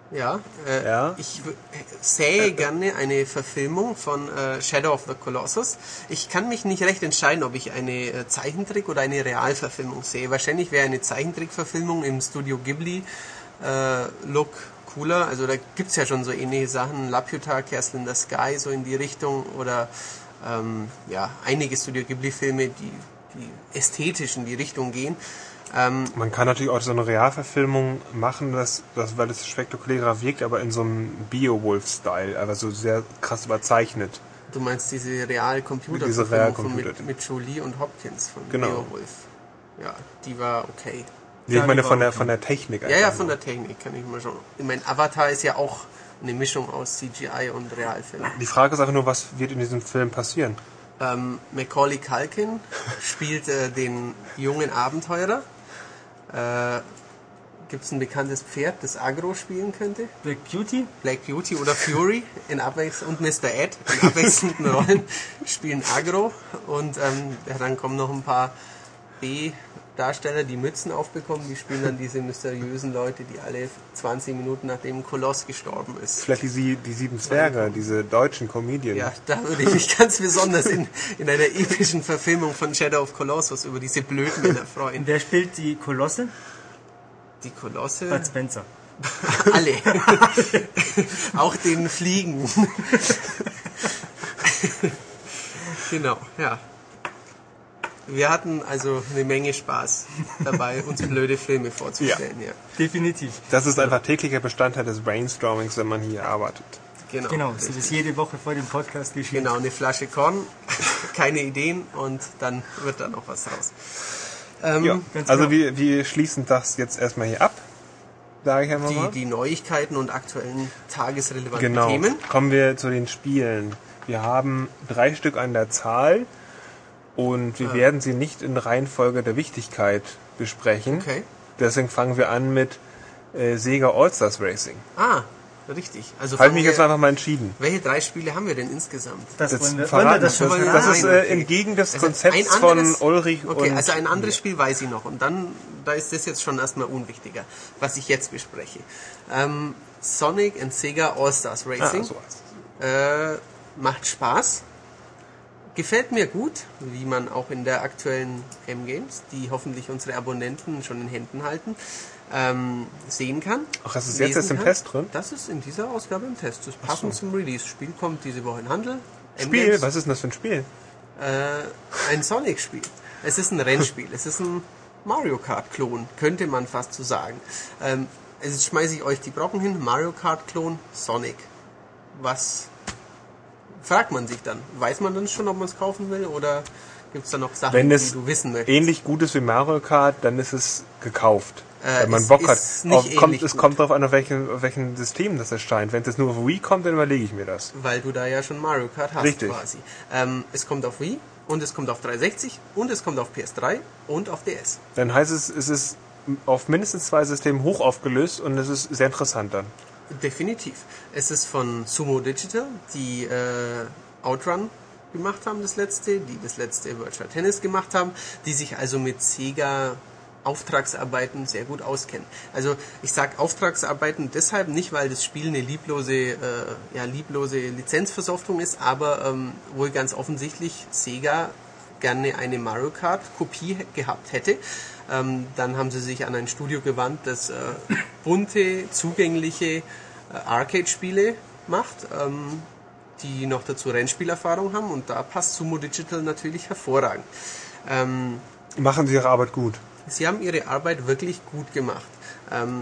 Ja, äh, Ja. ich w- sähe gerne eine Verfilmung von äh, Shadow of the Colossus. Ich kann mich nicht recht entscheiden, ob ich eine äh, Zeichentrick- oder eine Realverfilmung sehe. Wahrscheinlich wäre eine Zeichentrickverfilmung im Studio Ghibli äh, Look cooler. Also da gibt's ja schon so ähnliche Sachen, Laputa, Castle in the Sky, so in die Richtung, oder ähm, ja, einige Studio Ghibli-Filme, die, die ästhetisch in die Richtung gehen. Ähm, Man kann natürlich auch so eine Realverfilmung machen, das, das, weil es spektakulärer wirkt, aber in so einem Beowulf-Style, also sehr krass überzeichnet. Du meinst diese real computer Diese Real-Computer- mit, mit Jolie und Hopkins von Genau. Beowulf. Ja, die war okay. Nee, Ja, ich meine die von war der, okay. von der Technik. Ja, ja, einfach von nur. der Technik kann ich mal schon. Ich meine, Avatar ist ja auch eine Mischung aus C G I und Realfilm. Die Frage ist einfach nur, was wird in diesem Film passieren? Ähm, Macaulay Culkin spielt äh, den jungen Abenteurer. Äh, Gibt es ein bekanntes Pferd, das Agro spielen könnte? Black Beauty? Black Beauty oder Fury in Abwechs und Mister Ed in abwechselnden Rollen spielen Agro. Und ähm, ja, dann kommen noch ein paar B-Darsteller, die Mützen aufbekommen. Die spielen dann diese mysteriösen Leute, die alle zwanzig Minuten nachdem Koloss gestorben ist. Vielleicht die, Sie- die Sieben Zwerge, diese deutschen Comedians. Ja, da würde ich mich ganz besonders in, in einer epischen Verfilmung von Shadow of Colossus über diese Blödmänner freuen. Wer spielt die Kolosse? Die Kolosse, Bud Spencer. alle. Auch den Fliegen. Genau, ja. Wir hatten also eine Menge Spaß dabei, uns blöde Filme vorzustellen. Ja. Definitiv. Das ist einfach täglicher Bestandteil des Brainstormings, wenn man hier arbeitet. Genau, Genau, so das jede Woche vor dem Podcast geschieht. genau, eine Flasche Korn, keine Ideen und dann wird da noch was raus. Ähm, Ja, ganz also genau. wir, wir schließen das jetzt erstmal hier ab, sage ich einmal mal. die, die Neuigkeiten und aktuellen tagesrelevanten Genau. Themen. Kommen wir zu den Spielen. Wir haben drei Stück an der Zahl und wir Ah. werden sie nicht in Reihenfolge der Wichtigkeit besprechen. Okay. Deswegen fangen wir an mit äh, Sega All-Stars Racing. Ah, richtig. Also Habe ich fangen mich wir- jetzt einfach mal entschieden. welche drei Spiele haben wir denn insgesamt? Das, Das wollen wir, wollen verraten wir das schon wir- Das verraten? ist Nein, äh, okay. entgegen des Also Konzepts ein anderes- von Ulrich Okay, und... also ein anderes Spiel weiß ich noch und dann, da ist das jetzt schon erstmal unwichtiger, was ich jetzt bespreche. Ähm, Sonic and Sega All-Stars Racing Ah, so. äh, macht Spaß, gefällt mir gut, wie man auch in der aktuellen M-Games, die hoffentlich unsere Abonnenten schon in Händen halten, ähm, sehen kann. Ach, das ist jetzt lesen erst im kann. Test drin? Das ist in dieser Ausgabe im Test. Das ist passend zum Release. Spiel kommt diese Woche in Handel. Spiel? M-Games. Was ist denn das für ein Spiel? Äh, ein Sonic-Spiel. Es ist ein Rennspiel. Es ist ein Mario Kart-Klon, könnte man fast so sagen. Ähm, jetzt schmeiße ich euch die Brocken hin. Mario Kart-Klon, Sonic. Was fragt man sich dann? Weiß man dann schon, ob man es kaufen will? Oder gibt es da noch Sachen, Wenn die es du wissen möchtest? ähnlich gut ist wie Mario Kart, dann ist es gekauft. Äh, Wenn man es Bock hat. ist nicht Auf, kommt, ähnlich es gut. kommt darauf an, auf welchem, auf welchem System das erscheint. Wenn es jetzt nur auf Wii kommt, dann überlege ich mir das. Weil du da ja schon Mario Kart hast Richtig. quasi. Ähm, es kommt auf Wii und es kommt auf dreihundertsechzig und es kommt auf P S drei und auf D S. Dann heißt es, es ist auf mindestens zwei Systemen hoch aufgelöst und es ist sehr interessant dann. Definitiv. Es ist von Sumo Digital, die äh, Outrun gemacht haben, das letzte, die das letzte Virtual Tennis gemacht haben, die sich also mit Sega Auftragsarbeiten sehr gut auskennen. Also ich sage Auftragsarbeiten deshalb nicht, weil das Spiel eine lieblose, äh, ja, lieblose Lizenzversoftung ist, aber ähm, wohl ganz offensichtlich Sega gerne eine Mario Kart Kopie gehabt hätte. Ähm, dann haben sie sich an ein Studio gewandt, das äh, bunte, zugängliche äh, Arcade-Spiele macht, ähm, die noch dazu Rennspielerfahrung haben und da passt Sumo Digital natürlich hervorragend. Ähm, Machen sie ihre Arbeit gut. Sie haben ihre Arbeit wirklich gut gemacht. Ähm,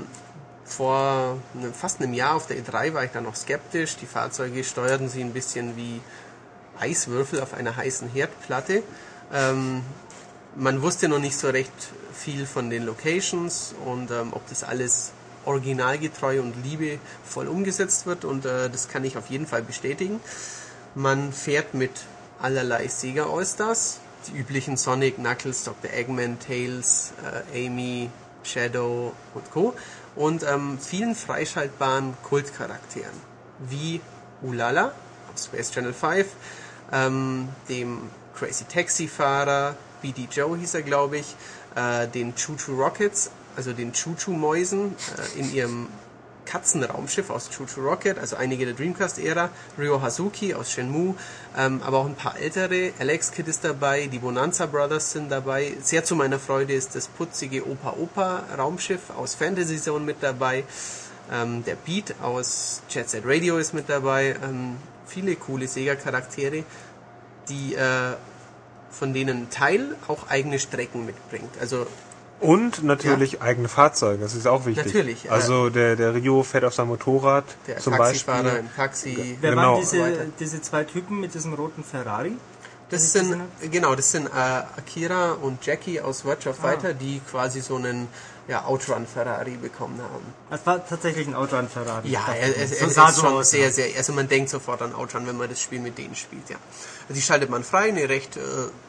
vor ne, fast einem Jahr auf der E drei war ich da noch skeptisch. Die Fahrzeuge steuerten sie ein bisschen wie Eiswürfel auf einer heißen Herdplatte. Ähm, man wusste noch nicht so recht viel von den Locations und ähm, ob das alles originalgetreu und liebevoll umgesetzt wird und äh, das kann ich auf jeden Fall bestätigen. Man fährt mit allerlei Sega All-Stars, die üblichen Sonic, Knuckles, Doktor Eggman, Tails, äh, Amy, Shadow und Co. Und ähm, vielen freischaltbaren Kultcharakteren, wie Ulala aus Space Channel fünf, ähm, dem Crazy Taxi-Fahrer, B D Joe hieß er, glaube ich, äh, den Choo Choo Rockets, also den Choo Choo Mäusen äh, in ihrem Katzenraumschiff aus Choo Choo Rocket, also einige der Dreamcast-Ära, Ryo Hazuki aus Shenmue, ähm, aber auch ein paar ältere. Alex Kidd ist dabei, die Bonanza Brothers sind dabei. Sehr zu meiner Freude ist das putzige Opa Opa Raumschiff aus Fantasy Zone mit dabei. Ähm, der Beat aus Jet Set Radio ist mit dabei. Ähm, viele coole Sega-Charaktere, die äh, von denen ein Teil auch eigene Strecken mitbringt. Also und natürlich ja. eigene Fahrzeuge, das ist auch wichtig. Natürlich. Also der, der Rio fährt auf seinem Motorrad der zum Taxifahrer Beispiel. im Taxi. Wer genau. waren diese, diese zwei Typen mit diesem roten Ferrari? Das sind, genau, das sind äh, Akira und Jackie aus Virtua Fighter, ah. die quasi so einen ja, Outrun-Ferrari bekommen haben. Das war tatsächlich ein Outrun-Ferrari. Ja, es, es, so es ist schon aus, sehr, sehr, also man denkt sofort an Outrun, wenn man das Spiel mit denen spielt, ja. Also die schaltet man frei, eine recht äh,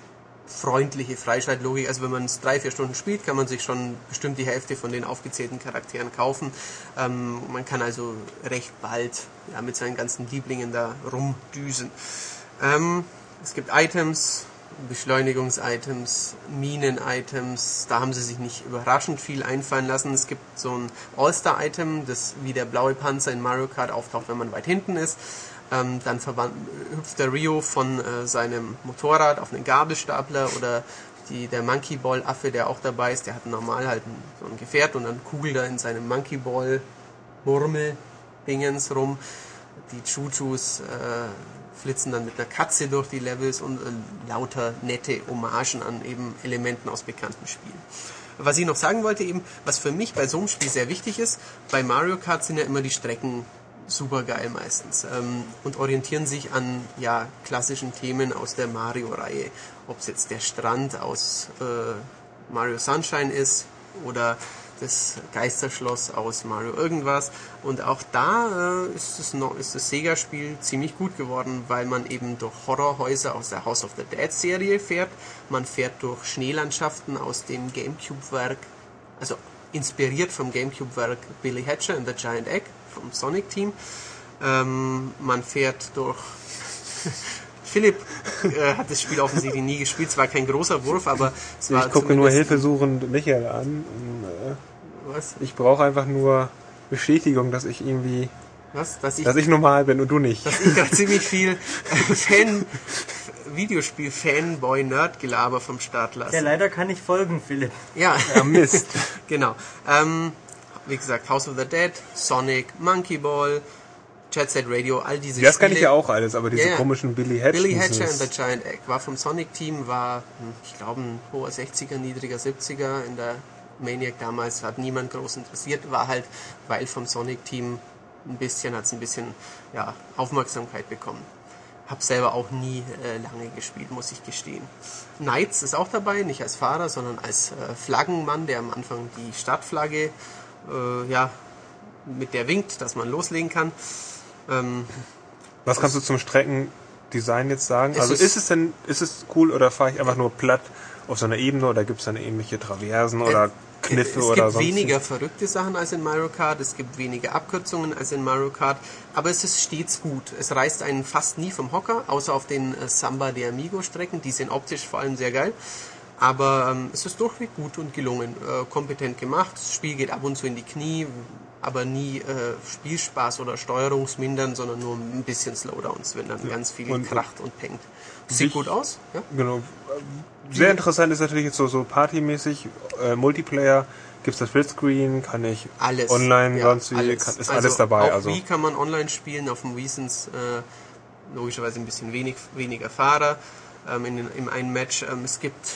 freundliche Freischaltlogik. Also wenn man es drei, vier Stunden spielt, kann man sich schon bestimmt die Hälfte von den aufgezählten Charakteren kaufen. Ähm, man kann also recht bald ja, mit seinen ganzen Lieblingen da rumdüsen. Ähm, es gibt Items, Beschleunigungs-Items, Minen-Items, da haben sie sich nicht überraschend viel einfallen lassen. Es gibt so ein All-Star-Item, das wie der blaue Panzer in Mario Kart auftaucht, wenn man weit hinten ist. Ähm, dann hüpft der Rio von äh, seinem Motorrad auf einen Gabelstapler oder die, der Monkey Ball Affe, der auch dabei ist, der hat normal halt ein, so ein Gefährt und dann kugelt er in seinem Monkey Ball Murmel Dingens rum. Die Choo-Choos äh, flitzen dann mit einer Katze durch die Levels und äh, lauter nette Hommagen an eben Elementen aus bekannten Spielen. Was ich noch sagen wollte eben, was für mich bei so einem Spiel sehr wichtig ist, bei Mario Kart sind ja immer die Strecken super geil meistens ähm, und orientieren sich an ja, klassischen Themen aus der Mario-Reihe. Ob es jetzt der Strand aus äh, Mario Sunshine ist oder das Geisterschloss aus Mario irgendwas. Und auch da äh, ist, es noch, ist das Sega-Spiel ziemlich gut geworden, weil man eben durch Horrorhäuser aus der House of the Dead-Serie fährt. Man fährt durch Schneelandschaften aus dem GameCube-Werk, also inspiriert vom GameCube-Werk Billy Hatcher and the Giant Egg vom Sonic Team. Ähm, man fährt durch... Philipp äh, hat das Spiel offensichtlich nie gespielt. Es war kein großer Wurf, aber es war... Ich gucke nur hilfesuchend Michael an. Was? Ich brauche einfach nur Bestätigung, dass ich irgendwie... Was? Dass ich, dass ich normal bin und du nicht. Dass ich gerade ziemlich viel äh, Fan... Videospiel-Fanboy-Nerd-Gelaber vom Start lasse. Ja, leider kann ich folgen, Philipp. Ja, ja Mist. Genau. Ähm, wie gesagt, House of the Dead, Sonic, Monkey Ball, Jet Set Radio, all diese das Spiele. kann ich ja auch alles, aber diese yeah. komischen Billy Hatcher. Billy Hatcher and the Giant Egg war vom Sonic-Team, war, ich glaube, ein hoher sechziger, niedriger siebziger. In der Maniac damals hat niemand groß interessiert, war halt, weil vom Sonic-Team ein bisschen, hat es ein bisschen ja, Aufmerksamkeit bekommen. Hab selber auch nie äh, lange gespielt, muss ich gestehen. Knights ist auch dabei, nicht als Fahrer, sondern als äh, Flaggenmann, der am Anfang die Stadtflagge äh, ja, mit der winkt, dass man loslegen kann. Ähm, Was kannst du zum Streckendesign jetzt sagen? Also ist es denn, ist es cool oder fahre ich einfach nur platt auf so einer Ebene oder gibt es dann ähnliche Traversen oder äh, Kniffe es oder sonst? Es gibt weniger verrückte Sachen als in Mario Kart, es gibt weniger Abkürzungen als in Mario Kart, aber es ist stets gut. Es reißt einen fast nie vom Hocker, außer auf den äh, Samba de Amigo Strecken, die sind optisch vor allem sehr geil. Aber ähm, es ist durchweg gut und gelungen, äh, kompetent gemacht. Das Spiel geht ab und zu in die Knie, aber nie äh, Spielspaß oder Steuerungsmindern, sondern nur ein bisschen Slowdowns, wenn dann ja. ganz viel und kracht und pengt. Sieht gut aus. Ja? Genau. Sehr interessant ist natürlich jetzt so, so partymäßig, äh, Multiplayer, gibt es das Splitscreen, kann ich alles, online, ja, sonst wie, alles. Kann, ist also alles dabei. Auf also Wii kann man online spielen, auf dem Wii sind es äh, logischerweise ein bisschen wenig, weniger Fahrer ähm, in, den, in einem Match. Ähm, es gibt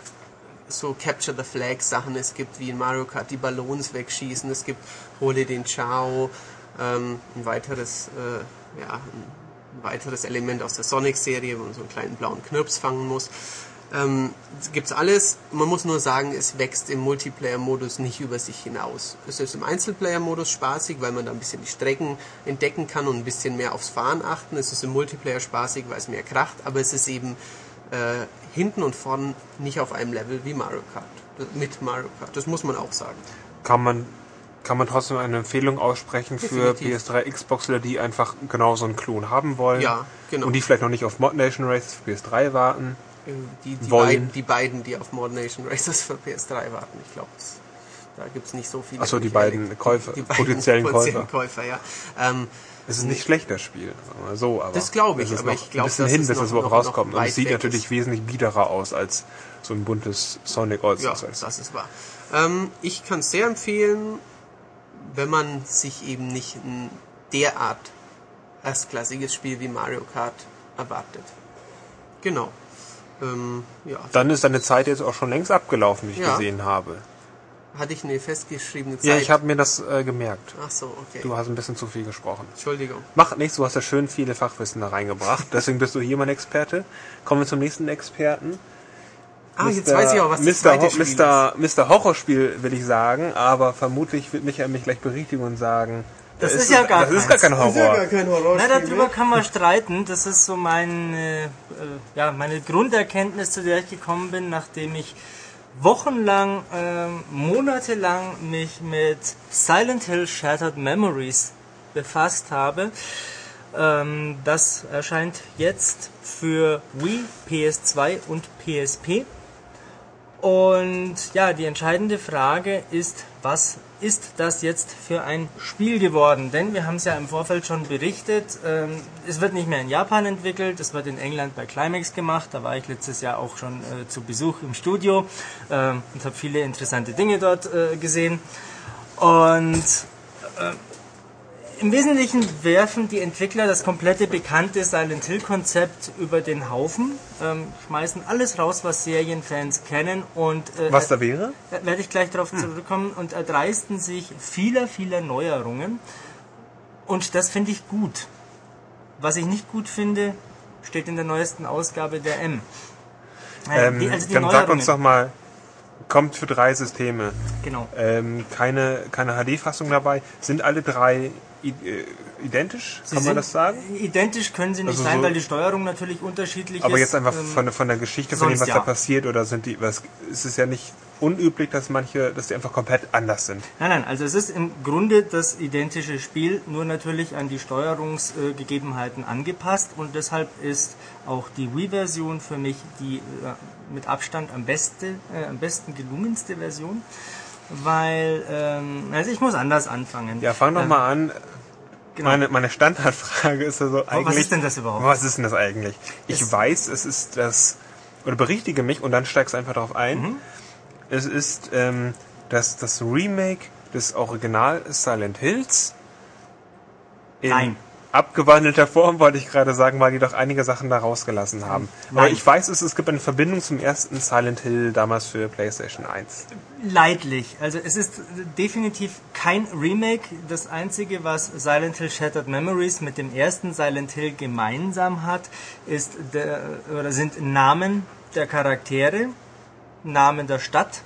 so Capture the Flag Sachen, es gibt wie in Mario Kart die Ballons wegschießen, es gibt Hole den Chao, ähm, ein weiteres äh, ja, ein weiteres Element aus der Sonic-Serie, wo man so einen kleinen blauen Knirps fangen muss. Ähm, gibt's alles. Man muss nur sagen, es wächst im Multiplayer-Modus nicht über sich hinaus. Es ist im Einzelplayer-Modus spaßig, weil man da ein bisschen die Strecken entdecken kann und ein bisschen mehr aufs Fahren achten. Es ist im Multiplayer spaßig, weil es mehr kracht, aber es ist eben äh, hinten und vorn nicht auf einem Level wie Mario Kart. Mit Mario Kart. Das muss man auch sagen. Kann man Kann man trotzdem eine Empfehlung aussprechen für P S drei, Xboxler, die einfach genau so einen Klon haben wollen? Ja, genau. Und die vielleicht noch nicht auf Mod Nation Races für P S drei warten? Die, die, beiden, die beiden, die auf Mod Nation Racers für P S drei warten. Ich glaube, Da gibt es nicht so viele. Achso, die beiden Käufer, die beiden potenziellen Käufer. Käufer, ja. Ähm, es ist nicht schlecht, das Spiel. So, aber das glaube ich, aber ich glaube, ein bisschen hin, bis es überhaupt rauskommt. Und es sieht natürlich ist. wesentlich biederer aus als so ein buntes Sonic All-Stars. Ja, das ist wahr. Ähm, ich kann es sehr empfehlen, wenn man sich eben nicht ein derart erstklassiges Spiel wie Mario Kart erwartet. Genau. Ähm, ja. Dann ist deine Zeit jetzt auch schon längst abgelaufen, wie ich ja. gesehen habe. Hatte ich eine festgeschriebene Zeit? Ja, ich habe mir das äh, gemerkt. Ach so, okay. Du hast ein bisschen zu viel gesprochen. Entschuldigung. Macht nichts, du hast ja schön viele Fachwissen da reingebracht. Deswegen bist du hier mein Experte. Kommen wir zum nächsten Experten. Ah, Mister jetzt weiß ich auch, was das zweite Spiel Mister ist. Mister Horrorspiel will ich sagen, aber vermutlich wird Michael mich gleich berichtigen und sagen, das ist, ist ja gar, das ist gar kein Horror. Das ist ja gar kein Horror. Na, darüber kann man streiten. Das ist so meine, äh, ja, meine Grunderkenntnis, zu der ich gekommen bin, nachdem ich wochenlang, äh, monatelang mich mit Silent Hill Shattered Memories befasst habe. Ähm, das erscheint jetzt für Wii, P S zwei und P S P. Und ja, die entscheidende Frage ist, was ist das jetzt für ein Spiel geworden? Denn wir haben es ja im Vorfeld schon berichtet, ähm, es wird nicht mehr in Japan entwickelt, es wird in England bei Climax gemacht. Da war ich letztes Jahr auch schon äh, zu Besuch im Studio ähm, und habe viele interessante Dinge dort äh, gesehen. Und äh, im Wesentlichen werfen die Entwickler das komplette bekannte Silent Hill-Konzept über den Haufen, ähm, schmeißen alles raus, was Serienfans kennen und äh, was da wäre? Äh, werde ich gleich darauf hm. zurückkommen und erdreisten sich vieler, vieler Neuerungen und das finde ich gut. Was ich nicht gut finde, steht in der neuesten Ausgabe der M. Äh, ähm, die, also die dann Neuerungen. Sag uns doch mal, kommt für drei Systeme. Genau. Ähm, keine, keine H D-Fassung dabei. Sind alle drei identisch, sie kann man das sagen? Identisch können sie nicht also sein, so, weil die Steuerung natürlich unterschiedlich aber ist. Aber jetzt einfach ähm, von, von der Geschichte, von dem, was ja. da passiert, oder sind die, was, ist es ja nicht unüblich, dass manche, dass die einfach komplett anders sind? Nein, nein, also es ist im Grunde das identische Spiel, nur natürlich an die Steuerungsgegebenheiten äh, angepasst und deshalb ist auch die Wii-Version für mich die äh, mit Abstand am, beste, äh, am besten gelungenste Version. Weil, ähm, also ich muss anders anfangen. Ja, fang doch ähm, mal an. Genau. Meine, meine Standardfrage ist also eigentlich... Was ist denn das überhaupt? Was ist denn das eigentlich? Ich es weiß, es ist das... Oder berichtige mich und dann steigst du einfach darauf ein. Mhm. Es ist ähm, das, das Remake des Original Silent Hills. In Nein. abgewandelter Form, wollte ich gerade sagen, weil die doch einige Sachen da rausgelassen haben. Nein. Aber ich weiß, es, es gibt eine Verbindung zum ersten Silent Hill damals für PlayStation eins. Leidlich. Also es ist definitiv kein Remake. Das Einzige, was Silent Hill Shattered Memories mit dem ersten Silent Hill gemeinsam hat, ist der, oder sind Namen der Charaktere, Namen der Stadt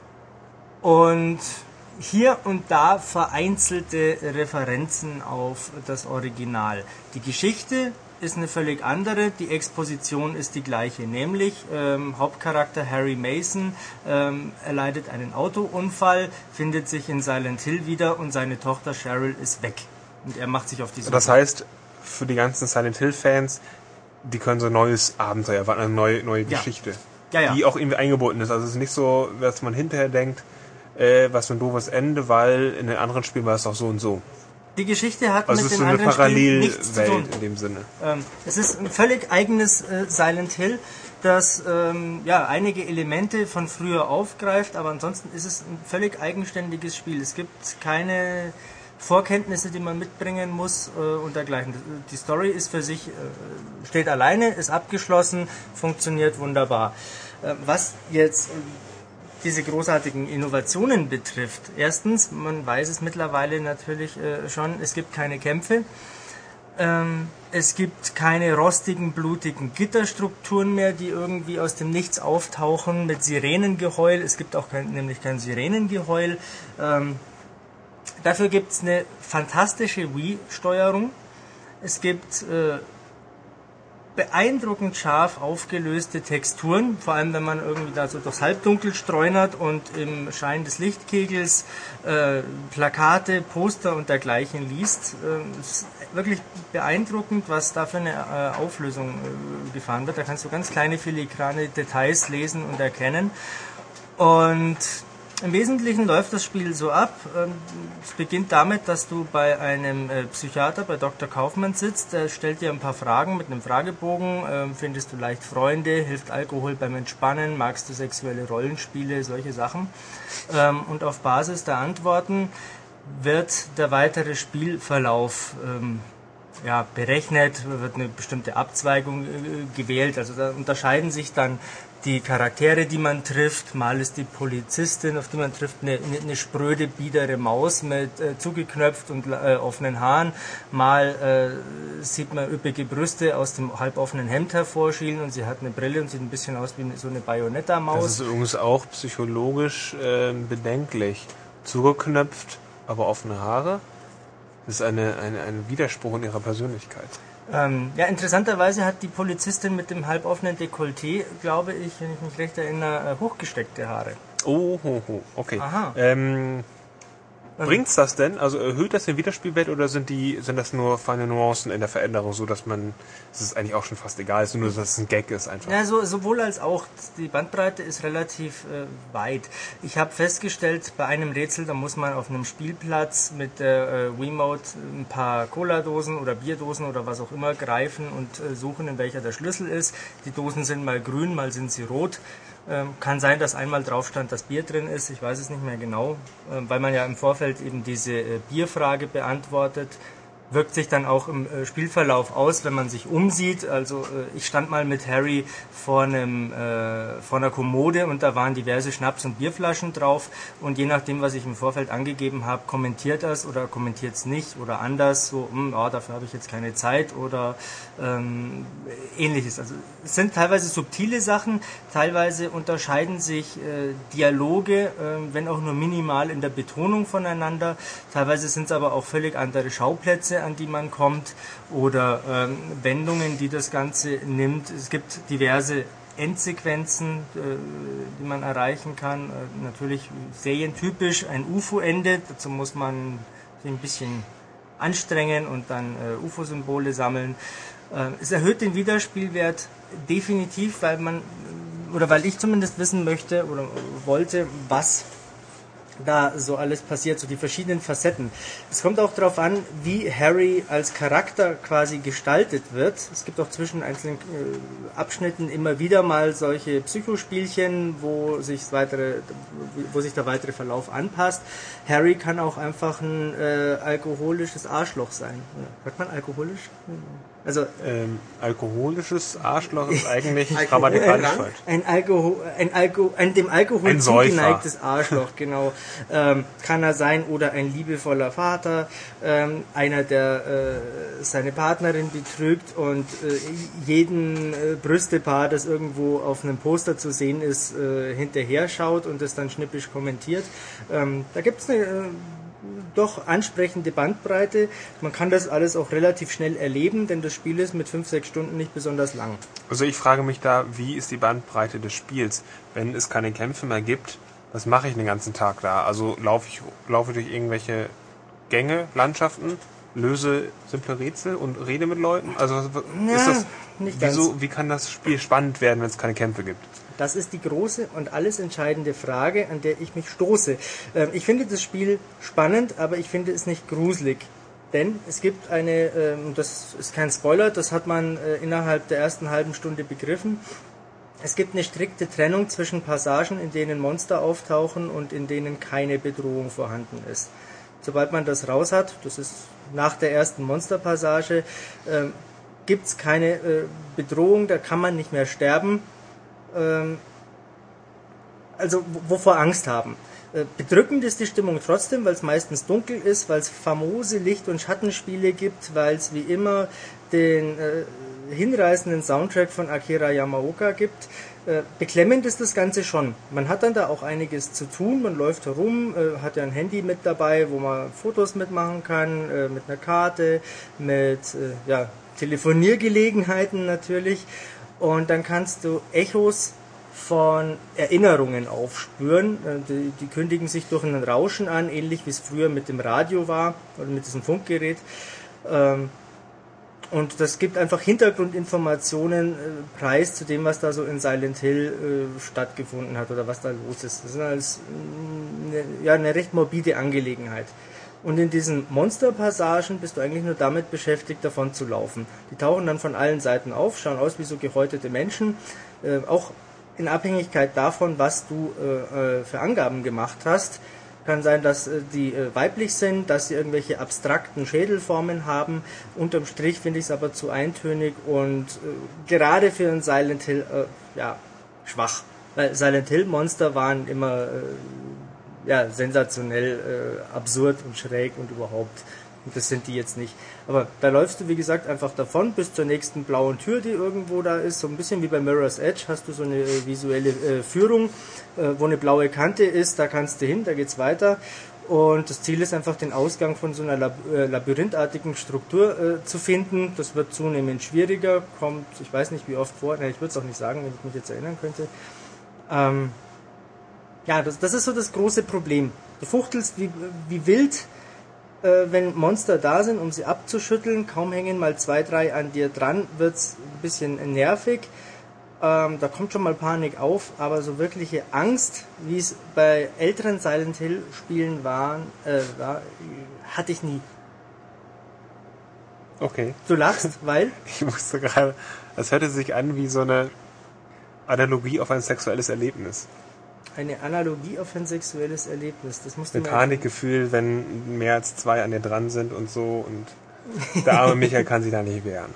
und hier und da vereinzelte Referenzen auf das Original. Die Geschichte ist eine völlig andere, die Exposition ist die gleiche, nämlich ähm, Hauptcharakter Harry Mason ähm, erleidet einen Autounfall, findet sich in Silent Hill wieder und seine Tochter Cheryl ist weg. Und er macht sich auf die Suche. Das heißt, für die ganzen Silent Hill-Fans, die können so ein neues Abenteuer erwarten, eine neue, neue ja. Geschichte, ja, ja. die auch irgendwie eingebunden ist. Also es ist nicht so, dass man hinterher denkt, Äh, was für ein doofes Ende, weil in den anderen Spielen war es doch so und so. Die Geschichte hat also mit den den so anderen Spielen nichts zu tun. Parallelwelt in dem Sinne. Ähm, es ist ein völlig eigenes äh, Silent Hill, das ähm, ja, einige Elemente von früher aufgreift, aber ansonsten ist es ein völlig eigenständiges Spiel. Es gibt keine Vorkenntnisse, die man mitbringen muss äh, und dergleichen. Die Story ist für sich, äh, steht alleine, ist abgeschlossen, funktioniert wunderbar. Äh, was jetzt... Äh, diese großartigen Innovationen betrifft. Erstens, man weiß es mittlerweile natürlich äh, schon, es gibt keine Kämpfe, ähm, es gibt keine rostigen, blutigen Gitterstrukturen mehr, die irgendwie aus dem Nichts auftauchen mit Sirenengeheul. Es gibt auch kein, nämlich kein Sirenengeheul. Ähm, dafür gibt es eine fantastische Wii-Steuerung. Es gibt äh, beeindruckend scharf aufgelöste Texturen, vor allem wenn man irgendwie da so durchs Halbdunkel streunert und im Schein des Lichtkegels äh, Plakate, Poster und dergleichen liest. Äh, es ist wirklich beeindruckend, was da für eine äh, Auflösung äh, gefahren wird. Da kannst du ganz kleine filigrane Details lesen und erkennen. Und Im Wesentlichen läuft das Spiel so ab. Es beginnt damit, dass du bei einem Psychiater, bei Doktor Kaufmann sitzt. Er stellt dir ein paar Fragen mit einem Fragebogen. Findest du leicht Freunde? Hilft Alkohol beim Entspannen? Magst du sexuelle Rollenspiele? Solche Sachen. Und auf Basis der Antworten wird der weitere Spielverlauf ja, berechnet, wird eine bestimmte Abzweigung gewählt. Also da unterscheiden sich dann die Charaktere, die man trifft. Mal ist die Polizistin, auf die man trifft, eine, eine spröde, biedere Maus mit äh, zugeknöpft und äh, offenen Haaren. Mal äh, sieht man üppige Brüste aus dem halboffenen Hemd hervorschielen und sie hat eine Brille und sieht ein bisschen aus wie so eine Bayonetta-Maus. Das ist übrigens auch psychologisch äh, bedenklich. Zugeknöpft, aber offene Haare. Das ist eine, eine, ein Widerspruch in ihrer Persönlichkeit. Ähm, ja, interessanterweise hat die Polizistin mit dem halboffenen Dekolleté, glaube ich, wenn ich mich recht erinnere, hochgesteckte Haare. Oh, ho, ho. Okay. Aha. Ähm, bringt's das denn? Also erhöht das den Wiederspielwert oder sind die sind das nur feine Nuancen in der Veränderung, so dass man, es ist eigentlich auch schon fast egal, es ist nur, dass es ein Gag ist einfach. Ja, so, sowohl als auch. Die Bandbreite ist relativ äh, weit. Ich habe festgestellt, bei einem Rätsel, da muss man auf einem Spielplatz mit der äh, Wiimote ein paar Cola-Dosen oder Bierdosen oder was auch immer greifen und äh, suchen, in welcher der Schlüssel ist. Die Dosen sind mal grün, mal sind sie rot. Ähm, kann sein, dass einmal drauf stand, dass Bier drin ist. Ich weiß es nicht mehr genau, ähm, weil man ja im Vorfeld eben diese äh, Bierfrage beantwortet. Wirkt sich dann auch im äh, Spielverlauf aus, wenn man sich umsieht. Also äh, ich stand mal mit Harry vor einem äh, vor einer Kommode und da waren diverse Schnaps- und Bierflaschen drauf und je nachdem, was ich im Vorfeld angegeben habe, kommentiert das oder kommentiert es nicht oder anders, so, mh, oh, dafür habe ich jetzt keine Zeit oder ähm, ähnliches. Also es sind teilweise subtile Sachen, teilweise unterscheiden sich äh, Dialoge, äh, wenn auch nur minimal in der Betonung voneinander, teilweise sind es aber auch völlig andere Schauplätze, an die man kommt oder ähm, Wendungen, die das Ganze nimmt. Es gibt diverse Endsequenzen, äh, die man erreichen kann. Äh, natürlich serientypisch ein U F O-Ende. Dazu muss man sich ein bisschen anstrengen und dann äh, U F O-Symbole sammeln. Äh, es erhöht den Wiederspielwert definitiv, weil man oder weil ich zumindest wissen möchte oder wollte, was da so alles passiert, so die verschiedenen Facetten. Es kommt auch darauf an, wie Harry als Charakter quasi gestaltet wird. Es gibt auch zwischen einzelnen äh, Abschnitten immer wieder mal solche Psychospielchen, wo sich das weitere, wo sich der weitere Verlauf anpasst. Harry kann auch einfach ein äh, alkoholisches Arschloch sein. Sagt man alkoholisch? Also ähm, alkoholisches Arschloch ist eigentlich grammatikalisch falsch. Ein Alkohol, ein Alkohol, ein dem Alkohol ein zugeneigtes Arschloch, genau, ähm, kann er sein oder ein liebevoller Vater, ähm, einer, der äh, seine Partnerin betrügt und äh, jeden äh, Brüstepaar, das irgendwo auf einem Poster zu sehen ist, äh, hinterher schaut und das dann schnippisch kommentiert. Ähm, da gibt es eine äh, doch ansprechende Bandbreite. Man kann das alles auch relativ schnell erleben, denn das Spiel ist mit fünf, sechs Stunden nicht besonders lang. Also ich frage mich da, wie ist die Bandbreite des Spiels? Wenn es keine Kämpfe mehr gibt, was mache ich den ganzen Tag da? Also laufe ich, laufe durch irgendwelche Gänge, Landschaften, löse simple Rätsel und rede mit Leuten? Also ja, ist das, nicht wieso, ganz. wie kann das Spiel spannend werden, wenn es keine Kämpfe gibt? Das ist die große und alles entscheidende Frage, an der ich mich stoße. Ich finde das Spiel spannend, aber ich finde es nicht gruselig. Denn es gibt eine, das ist kein Spoiler, das hat man innerhalb der ersten halben Stunde begriffen, es gibt eine strikte Trennung zwischen Passagen, in denen Monster auftauchen und in denen keine Bedrohung vorhanden ist. Sobald man das raus hat, das ist nach der ersten Monsterpassage, gibt es keine Bedrohung, da kann man nicht mehr sterben. Also wovor Angst haben. Bedrückend ist die Stimmung trotzdem, weil es meistens dunkel ist, weil es famose Licht- und Schattenspiele gibt, weil es wie immer den äh, hinreißenden Soundtrack von Akira Yamaoka gibt. Äh, beklemmend ist das Ganze schon. Man hat dann da auch einiges zu tun, man läuft herum, äh, hat ja ein Handy mit dabei, wo man Fotos mitmachen kann, äh, mit einer Karte, mit äh, ja, Telefoniergelegenheiten natürlich. Und dann kannst du Echos von Erinnerungen aufspüren. Die, die kündigen sich durch ein Rauschen an, ähnlich wie es früher mit dem Radio war oder mit diesem Funkgerät. Und das gibt einfach Hintergrundinformationen äh, preis zu dem, was da so in Silent Hill äh, stattgefunden hat oder was da los ist. Das sind alles eine, ja, eine recht morbide Angelegenheit. Und in diesen Monsterpassagen bist du eigentlich nur damit beschäftigt, davon zu laufen. Die tauchen dann von allen Seiten auf, schauen aus wie so gehäutete Menschen, äh, auch in Abhängigkeit davon, was du äh, für Angaben gemacht hast. Kann sein, dass äh, die äh, weiblich sind, dass sie irgendwelche abstrakten Schädelformen haben. Unterm Strich finde ich es aber zu eintönig und äh, gerade für ein Silent Hill äh, ja, schwach. Weil Silent Hill Monster waren immer äh, ja, sensationell äh, absurd und schräg und überhaupt. Und das sind die jetzt nicht. Aber da läufst du, wie gesagt, einfach davon bis zur nächsten blauen Tür, die irgendwo da ist. So ein bisschen wie bei Mirror's Edge hast du so eine äh, visuelle äh, Führung, äh, wo eine blaue Kante ist. Da kannst du hin, da geht's weiter. Und das Ziel ist einfach, den Ausgang von so einer Lab- äh, labyrinthartigen Struktur äh, zu finden. Das wird zunehmend schwieriger. Kommt, ich weiß nicht, wie oft vor. Nein, ich würde es auch nicht sagen, wenn ich mich jetzt erinnern könnte. Ähm, ja, das, das ist so das große Problem. Du fuchtelst wie, wie wild, äh, wenn Monster da sind, um sie abzuschütteln. Kaum hängen mal zwei, drei an dir dran, wird's ein bisschen nervig. Ähm, da kommt schon mal Panik auf, aber so wirkliche Angst, wie es bei älteren Silent Hill Spielen waren, äh, war, hatte ich nie. Okay. Du lachst, weil? Ich musste gerade, das hörte sich an wie so eine Analogie auf ein sexuelles Erlebnis. Eine Analogie auf ein sexuelles Erlebnis. Das musst du Ein mir Panikgefühl, wenn mehr als zwei an dir dran sind und so, und der arme Michael kann sich da nicht wehren.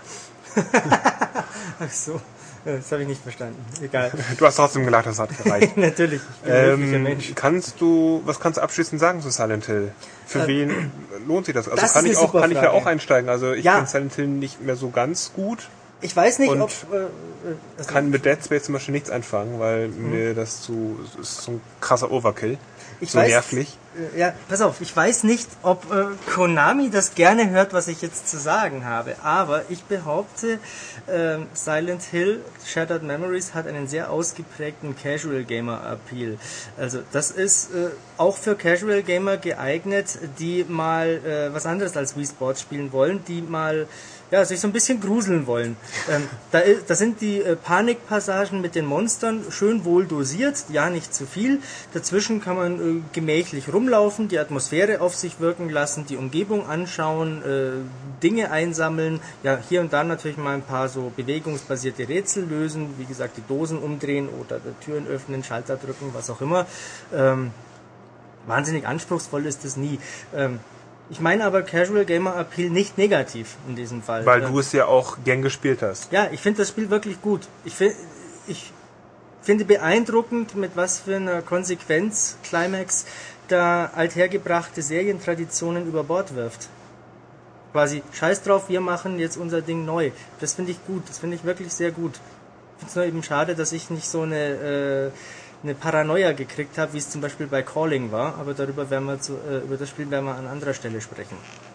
Ach so, das habe ich nicht verstanden. Egal. Du hast trotzdem gelacht, das hat gereicht. Natürlich, ich bin ein höflicher Ähm, Mensch. kannst du, was kannst du abschließend sagen zu Silent Hill? Für Äh, wen lohnt sich das? Also das kann ist ich eine auch, super kann ich da Frage. auch einsteigen? Also ich Ja. finde Silent Hill nicht mehr so ganz gut. Ich weiß nicht, und ob... Äh, also Kann mit Dead Space zum Beispiel nichts anfangen, weil Mhm. mir das zu, das ist so ein krasser Overkill. ich so weiß, nervlich. äh, Ja, pass auf, ich weiß nicht, ob äh, Konami das gerne hört, was ich jetzt zu sagen habe, aber ich behaupte, äh, Silent Hill Shattered Memories hat einen sehr ausgeprägten Casual Gamer Appeal. Also das ist äh, auch für Casual Gamer geeignet, die mal äh, was anderes als Wii Sports spielen wollen, die mal ja, sich so ein bisschen gruseln wollen. Ähm, da, i- da sind die äh, Panikpassagen mit den Monstern schön wohl dosiert, ja nicht zu viel. Dazwischen kann man äh, gemächlich rumlaufen, die Atmosphäre auf sich wirken lassen, die Umgebung anschauen, äh, Dinge einsammeln, ja hier und da natürlich mal ein paar so bewegungsbasierte Rätsel lösen, wie gesagt die Dosen umdrehen oder Türen öffnen, Schalter drücken, was auch immer. Ähm, wahnsinnig anspruchsvoll ist das nie. Ähm, Ich meine aber Casual Gamer Appeal nicht negativ in diesem Fall. Weil Ähm, du es ja auch gern gespielt hast. Ja, ich finde das Spiel wirklich gut. Ich, fi- ich finde beeindruckend, mit was für einer Konsequenz Climax da althergebrachte Serientraditionen über Bord wirft. Quasi, scheiß drauf, wir machen jetzt unser Ding neu. Das finde ich gut, das finde ich wirklich sehr gut. Ich finde es nur eben schade, dass ich nicht so eine... Äh, eine Paranoia gekriegt habe, wie es zum Beispiel bei Calling war, aber darüber werden wir zu, äh, über das Spiel werden wir an anderer Stelle sprechen.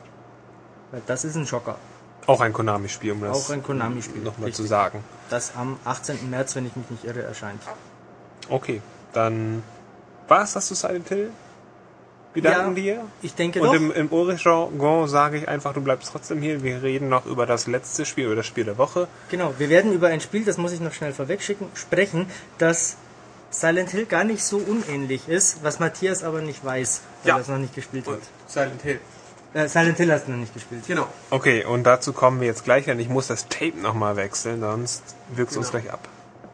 Weil das ist ein Schocker. Auch ein Konami-Spiel, um das Auch ein Konami-Spiel, nochmal zu richtig. sagen. Das am achtzehnten März, wenn ich mich nicht irre, erscheint. Okay, dann war es das zu Silent Hill? Wir danken dir. Ich denke Und doch. im, im Ulrich-Jargon sage ich einfach, du bleibst trotzdem hier. Wir reden noch über das letzte Spiel, über das Spiel der Woche. Genau, wir werden über ein Spiel, das muss ich noch schnell vorwegschicken, sprechen, das Silent Hill gar nicht so unähnlich ist, was Matthias aber nicht weiß, weil Ja. er es noch nicht gespielt hat. Silent Hill. Äh, Silent Hill hast du noch nicht gespielt. Genau. Okay, und dazu kommen wir jetzt gleich, denn ich muss das Tape nochmal wechseln, sonst wirkt es uns Genau. gleich ab.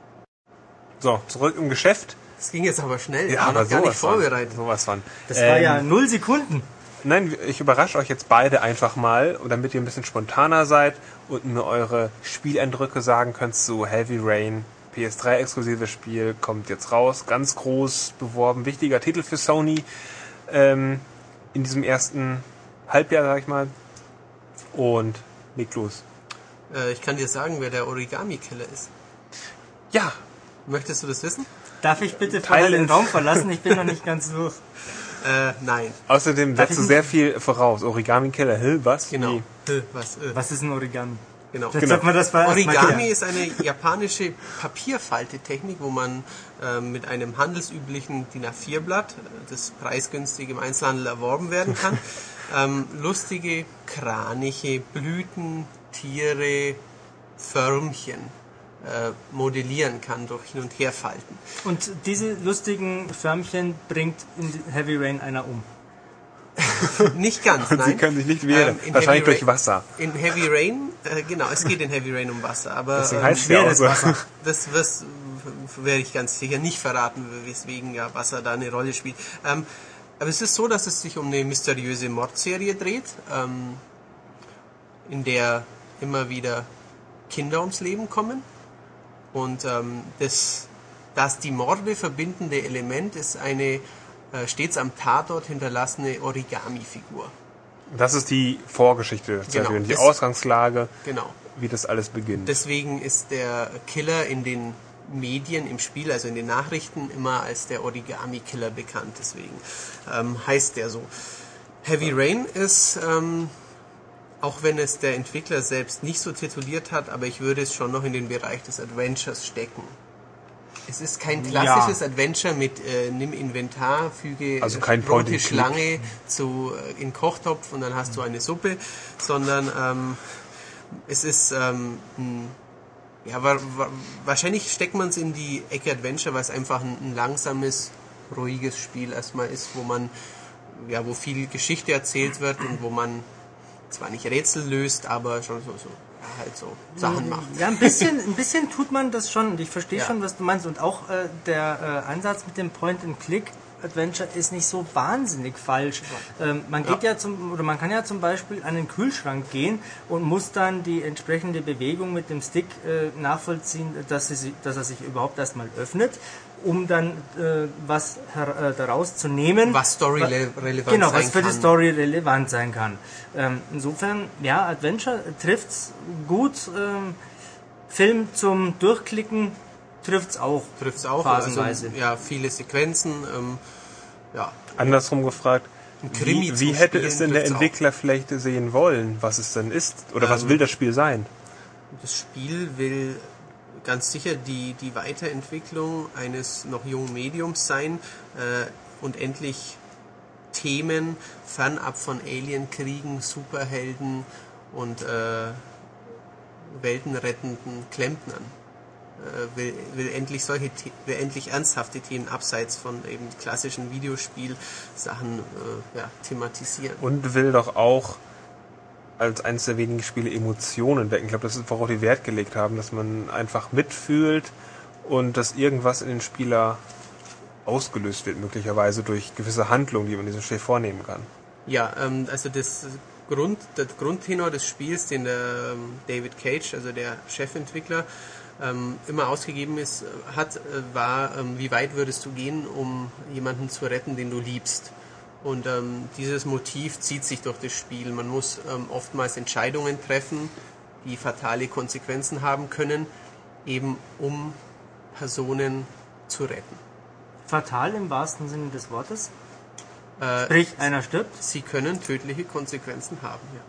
So, zurück im Geschäft. Das ging jetzt aber schnell. Ja, Ich war aber noch gar nicht sowas von. vorbereitet. Sowas von. Das war Ähm, ja null Sekunden. Nein, ich überrasche euch jetzt beide einfach mal, damit ihr ein bisschen spontaner seid und mir eure Spieleindrücke sagen könnt zu Heavy Rain. P S drei exklusives Spiel, kommt jetzt raus, ganz groß beworben, wichtiger Titel für Sony ähm, in diesem ersten Halbjahr, sag ich mal. Und leg los. Äh, ich kann dir sagen, wer der Origami-Killer ist. Ja, Möchtest du das wissen? Darf ich bitte Teil vorher den ins- Raum verlassen? Ich bin noch nicht ganz durch. Äh, nein. außerdem Darf setzt ich du nicht- sehr viel voraus. Origami Killer, hä, was? Genau. Wie? Äh, was? Äh, Was ist ein Origami? genau. Jetzt Genau. sagt man das mal erstmal Origami hier. ist eine japanische Papierfaltetechnik, wo man äh, mit einem handelsüblichen D I N A vier Blatt, äh, das preisgünstig im Einzelhandel erworben werden kann, ähm, lustige Kraniche, Blüten, Tiere, Förmchen äh, modellieren kann durch Hin- und Herfalten. Und diese lustigen Förmchen bringt in Heavy Rain einer um. Nicht ganz, Und nein. sie können sich nicht wehren. Ähm, Wahrscheinlich durch Wasser. In Heavy Rain, äh, genau, es geht in Heavy Rain um Wasser, aber Deswegen ähm, heißt ja auch so. Wasser. Das, das werde ich ganz sicher nicht verraten, weswegen ja Wasser da eine Rolle spielt. Ähm, aber es ist so, dass es sich um eine mysteriöse Mordserie dreht, ähm, in der immer wieder Kinder ums Leben kommen. Und ähm, das, das die Morde verbindende Element ist eine äh, stets am Tatort hinterlassene Origami-Figur. Das ist die Vorgeschichte, genau, die Ausgangslage, genau. wie das alles beginnt. Deswegen ist der Killer in den Medien, im Spiel, also in den Nachrichten, immer als der Origami-Killer bekannt. Deswegen ähm, heißt der so. Heavy Rain ist, ähm, auch wenn es der Entwickler selbst nicht so tituliert hat, aber ich würde es schon noch in den Bereich des Adventures stecken. Es ist kein klassisches ja. Adventure mit äh, nimm Inventar, füge also kein rote Schlange zu, äh, in Kochtopf und dann hast du eine Suppe, sondern ähm, es ist ähm, ein, ja, wa- wa- wahrscheinlich steckt man es in die Ecke Adventure, weil es einfach ein, ein langsames, ruhiges Spiel erstmal ist, wo man ja, wo viel Geschichte erzählt wird und wo man zwar nicht Rätsel löst, aber schon so, so ja, halt so Sachen macht. Ja, ein bisschen, ein bisschen tut man das schon und ich verstehe ja. schon, was du meinst. Und auch äh, der äh, Ansatz mit dem Point-and-Click-Adventure ist nicht so wahnsinnig falsch. Ähm, man geht ja. ja zum, oder man kann ja zum Beispiel an den Kühlschrank gehen und muss dann die entsprechende Bewegung mit dem Stick äh, nachvollziehen, dass, sie, dass er sich überhaupt erstmal öffnet, um dann äh, was her, äh, daraus zu nehmen. Was story-relevant genau, sein kann. was für die Story relevant sein kann. Ähm, insofern, ja, Adventure trifft's gut. Ähm, Film zum Durchklicken trifft's auch. Trifft's auch. Phasenweise. Also, ja, viele Sequenzen. Ähm, ja. Andersrum gefragt, wie, wie hätte es denn der Entwickler auch. vielleicht sehen wollen, was es denn ist? Oder ähm, was will das Spiel sein? Das Spiel will ganz sicher die, die Weiterentwicklung eines noch jungen Mediums sein äh, und endlich Themen fernab von Alienkriegen, Superhelden und äh, weltenrettenden Klempnern. Äh, will, will endlich solche will endlich ernsthafte Themen abseits von eben klassischen Videospielsachen äh, ja, thematisieren. Und will doch auch als eines der wenigen Spiele Emotionen wecken. Ich glaube, das ist, worauf die Wert gelegt haben, dass man einfach mitfühlt und dass irgendwas in den Spieler ausgelöst wird, möglicherweise durch gewisse Handlungen, die man in diesem Spiel vornehmen kann. Ja, ähm, also das Grund, der Grundtenor des Spiels, den der ähm, David Cage, also der Chefentwickler, ähm, immer ausgegeben ist, hat, äh, war, ähm, wie weit würdest du gehen, um jemanden zu retten, den du liebst? Und ähm, dieses Motiv zieht sich durch das Spiel. Man muss ähm, oftmals Entscheidungen treffen, die fatale Konsequenzen haben können, eben um Personen zu retten. Fatal im wahrsten Sinne des Wortes? Äh, Sprich, einer stirbt? Sie können tödliche Konsequenzen haben, ja.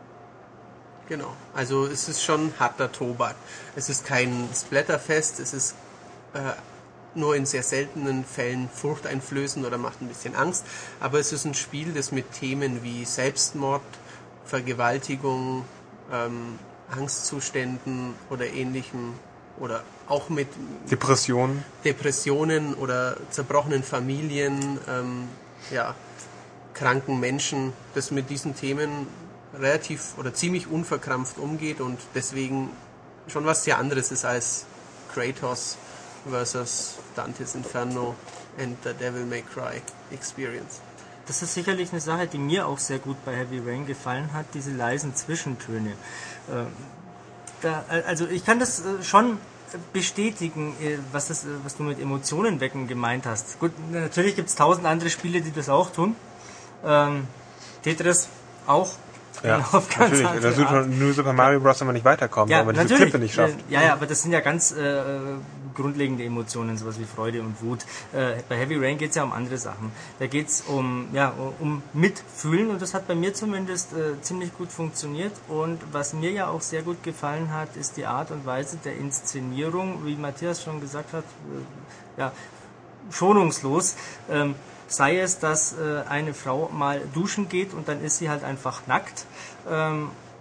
Genau. Also es ist schon harter Tobak. Es ist kein Splatterfest, es ist äh, nur in sehr seltenen Fällen furchteinflößend oder macht ein bisschen Angst. Aber es ist ein Spiel, das mit Themen wie Selbstmord, Vergewaltigung, ähm, Angstzuständen oder Ähnlichem oder auch mit Depressionen, Depressionen oder zerbrochenen Familien, ähm, ja, kranken Menschen, das mit diesen Themen relativ oder ziemlich unverkrampft umgeht und deswegen schon was sehr anderes ist als Kratos versus Dante's Inferno and the Devil May Cry Experience. Das ist sicherlich eine Sache, die mir auch sehr gut bei Heavy Rain gefallen hat, diese leisen Zwischentöne. Ähm, da, also ich kann das äh, schon bestätigen, äh, was, das, äh, was du mit Emotionen wecken gemeint hast. Gut, natürlich gibt es tausend andere Spiele, die das auch tun. Ähm, Tetris auch. Ja, natürlich. Da Super, nur Super Mario Bros. Wenn man nicht weiterkommt, ja, weil man diese Klippe nicht schafft. Ja, ja, aber das sind ja ganz äh, grundlegende Emotionen, sowas wie Freude und Wut. Äh, bei Heavy Rain geht es ja um andere Sachen. Da geht es um, ja, um Mitfühlen und das hat bei mir zumindest äh, ziemlich gut funktioniert. Und was mir ja auch sehr gut gefallen hat, ist die Art und Weise der Inszenierung, wie Matthias schon gesagt hat, äh, ja, schonungslos. Ähm, Sei es, dass äh, eine Frau mal duschen geht und dann ist sie halt einfach nackt. Ähm,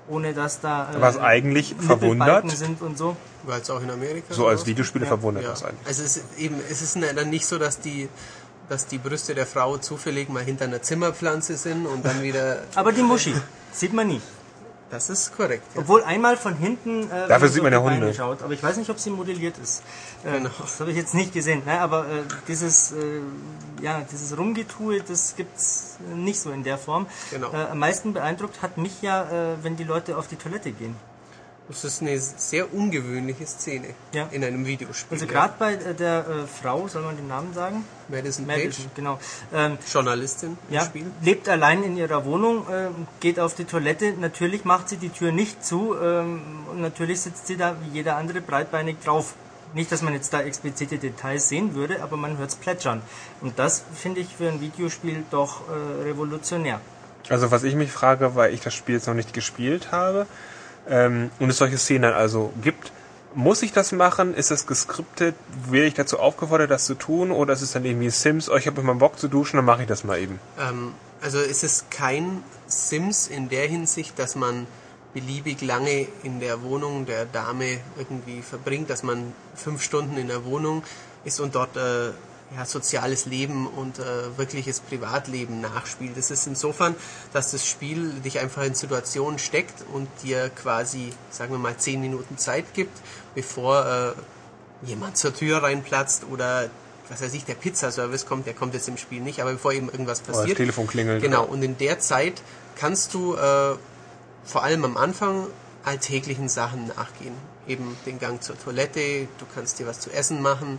ohne dass da äh, was eigentlich verwundert sind und so. Weil es auch in Amerika so als Videospiele ja. verwundert ja. das eigentlich. Also es ist eben, es ist dann nicht so, dass die dass die Brüste der Frau zufällig mal hinter einer Zimmerpflanze sind und dann wieder... Aber die Muschi sieht man nie. Das ist korrekt. Ja. Obwohl einmal von hinten... Äh, Dafür sieht man ja Hunde. Schaut, aber ich weiß nicht, ob sie modelliert ist. Äh, genau. Das habe ich jetzt nicht gesehen. Ne? Aber äh, dieses, äh, ja, dieses Rumgetue, das gibt's nicht so in der Form. Genau. Äh, am meisten beeindruckt hat mich ja, äh, wenn die Leute auf die Toilette gehen. Das ist eine sehr ungewöhnliche Szene ja. in einem Videospiel. Also gerade bei äh, der äh, Frau, soll man den Namen sagen? Madison, Madison Page. Genau. Ähm, Journalistin im ja, Spiel. Lebt allein in ihrer Wohnung, äh, geht auf die Toilette. Natürlich macht sie die Tür nicht zu ähm, und natürlich sitzt sie da wie jeder andere breitbeinig drauf. Nicht, dass man jetzt da explizite Details sehen würde, aber man hört es plätschern. Und das finde ich für ein Videospiel doch äh, revolutionär. Also was ich mich frage, weil ich das Spiel jetzt noch nicht gespielt habe, Ähm, und es solche Szenen also gibt, muss ich das machen? Ist das geskriptet? Werde ich dazu aufgefordert, das zu tun? Oder ist es dann irgendwie Sims? Oh, ich habe immer Bock zu duschen, dann mache ich das mal eben. Ähm, also es ist kein Sims in der Hinsicht, dass man beliebig lange in der Wohnung der Dame irgendwie verbringt, dass man fünf Stunden in der Wohnung ist und dort äh, ja, soziales Leben und äh, wirkliches Privatleben nachspielt. Das ist insofern, dass das Spiel dich einfach in Situationen steckt und dir quasi, sagen wir mal, zehn Minuten Zeit gibt, bevor äh, jemand zur Tür reinplatzt oder, was weiß ich, der Pizzaservice kommt, der kommt jetzt im Spiel nicht, aber bevor eben irgendwas passiert. Oder das Telefon klingelt. Genau, und in der Zeit kannst du äh, vor allem am Anfang alltäglichen Sachen nachgehen. Eben den Gang zur Toilette, du kannst dir was zu essen machen,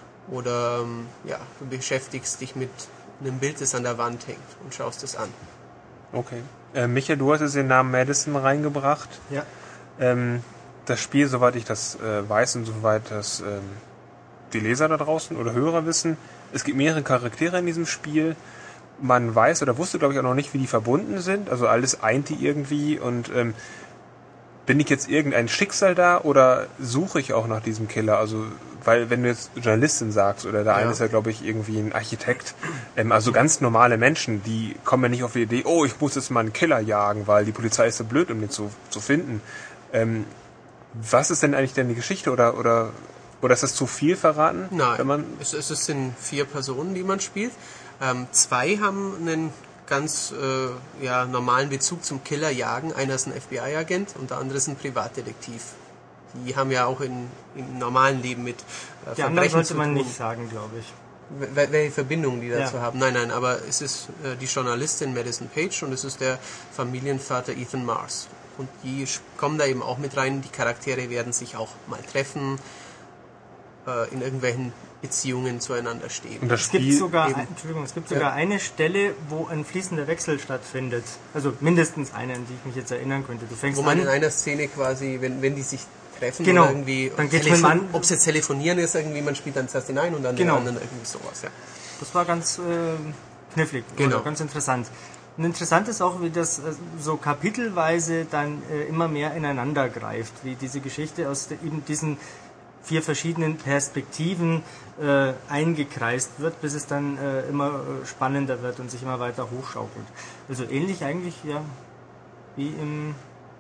oder ja, du beschäftigst dich mit einem Bild, das an der Wand hängt und schaust es an. Okay. Äh, Michael, du hast jetzt den Namen Madison reingebracht. Ja. Ähm, das Spiel, soweit ich das äh, weiß und soweit das ähm, die Leser da draußen oder Hörer wissen, es gibt mehrere Charaktere in diesem Spiel. Man weiß oder wusste, glaube ich, auch noch nicht, wie die verbunden sind. Also alles eint die irgendwie und ähm, bin ich jetzt irgendein Schicksal da oder suche ich auch nach diesem Killer? Also, weil wenn du jetzt Journalistin sagst oder der ja. eine ist ja, glaube ich, irgendwie ein Architekt, ähm, also ganz normale Menschen, die kommen ja nicht auf die Idee, oh, ich muss jetzt mal einen Killer jagen, weil die Polizei ist so blöd, um den zu, zu finden. Ähm, was ist denn eigentlich denn die Geschichte oder oder oder ist das zu viel verraten? Nein, wenn man es, es sind vier Personen, die man spielt. Ähm, zwei haben einen ganz äh, ja, normalen Bezug zum Killerjagen. Einer ist ein F B I-Agent und der andere ist ein Privatdetektiv. Die haben ja auch in, im normalen Leben mit äh, Die anderen sollte man nicht sagen, glaube ich. Wel- welche Verbindungen die dazu Ja. haben. Nein, nein, aber es ist äh, die Journalistin Madison Page und es ist der Familienvater Ethan Mars. Und die sch- kommen da eben auch mit rein. Die Charaktere werden sich auch mal treffen, äh, in irgendwelchen Beziehungen zueinander stehen. und das Es gibt Spiel sogar, eben. ein, Entschuldigung, es gibt sogar eine Stelle, wo ein fließender Wechsel stattfindet. Also mindestens eine, an die ich mich jetzt erinnern könnte. Du fängst Wo man an, in einer Szene quasi, wenn, wenn die sich treffen Genau. oder irgendwie, Dann geht's mit dem Mann- ob es jetzt telefonieren ist, irgendwie, man spielt dann zuerst hinein und dann Genau. den anderen irgendwie sowas, ja. das war ganz äh, knifflig, Genau. oder ganz interessant. Und interessant ist auch, wie das äh, so kapitelweise dann äh, immer mehr ineinander greift, wie diese Geschichte aus de, eben diesen vier verschiedenen Perspektiven äh, eingekreist wird, bis es dann äh, immer äh, spannender wird und sich immer weiter hochschaukelt. Also ähnlich eigentlich ja wie im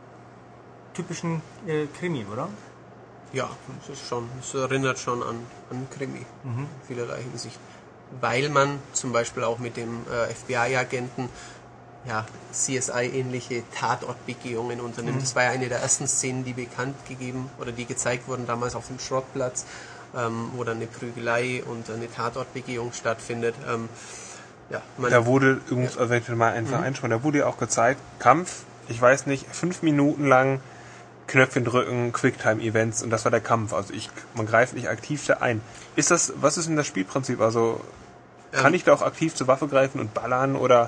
typischen äh, Krimi, oder? Ja, es ist schon, es erinnert schon an, an Krimi, in vielerlei Hinsicht. Weil man zum Beispiel auch mit dem äh, F B I-Agenten ja, C S I-ähnliche Tatortbegehungen unternimmt. Das war ja eine der ersten Szenen, die bekannt gegeben oder die gezeigt wurden damals auf dem Schrottplatz, ähm, wo dann eine Prügelei und eine Tatortbegehung stattfindet. Ähm, ja, man, da wurde übrigens, also wenn ich mal einfach Mhm. einschauen, da wurde ja auch gezeigt, Kampf, ich weiß nicht, fünf Minuten lang Knöpfchen drücken, Quicktime-Events und das war der Kampf. Also ich, man greift nicht aktiv da ein. Ist das, was ist denn das Spielprinzip? Also kann Ähm, ich da auch aktiv zur Waffe greifen und ballern oder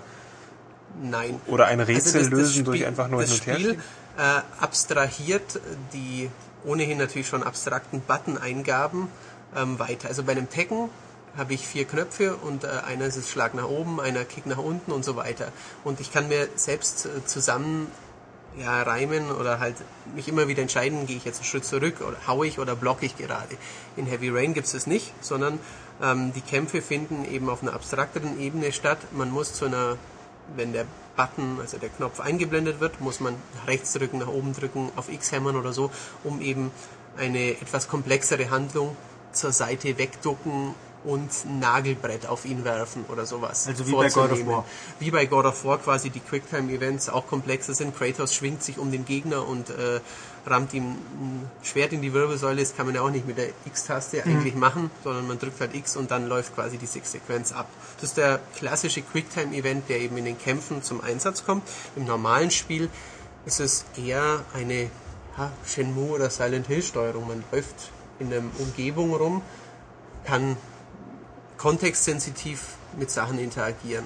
nein. oder ein Rätsel Also das- das lösen durch Spiel- einfach nur das hin und her Spiel schieben? äh, abstrahiert die ohnehin natürlich schon abstrakten Button-Eingaben ähm, weiter. Also bei einem Tekken habe ich vier Knöpfe und äh, einer ist es Schlag nach oben, einer Kick nach unten und so weiter. Und ich kann mir selbst äh, zusammen ja, reimen oder halt mich immer wieder entscheiden, gehe ich jetzt einen Schritt zurück oder haue ich oder blocke ich gerade. In Heavy Rain gibt es das nicht, sondern ähm, die Kämpfe finden eben auf einer abstrakteren Ebene statt. Man muss zu einer wenn der Button, also der Knopf eingeblendet wird, muss man nach rechts drücken, nach oben drücken, auf X hämmern oder so, um eben eine etwas komplexere Handlung zur Seite wegducken und ein Nagelbrett auf ihn werfen oder sowas. Also wie bei God of War. Wie bei God of War quasi die Quicktime-Events auch komplexer sind. Kratos schwingt sich um den Gegner und äh, rammt ihm ein Schwert in die Wirbelsäule. Das kann man ja auch nicht mit der X-Taste mhm. eigentlich machen, sondern man drückt halt X und dann läuft quasi die Sequenz ab. Das ist der klassische Quicktime-Event, der eben in den Kämpfen zum Einsatz kommt. Im normalen Spiel ist es eher eine ja, Shenmue oder Silent Hill-Steuerung. Man läuft in einer Umgebung rum, kann kontextsensitiv mit Sachen interagieren.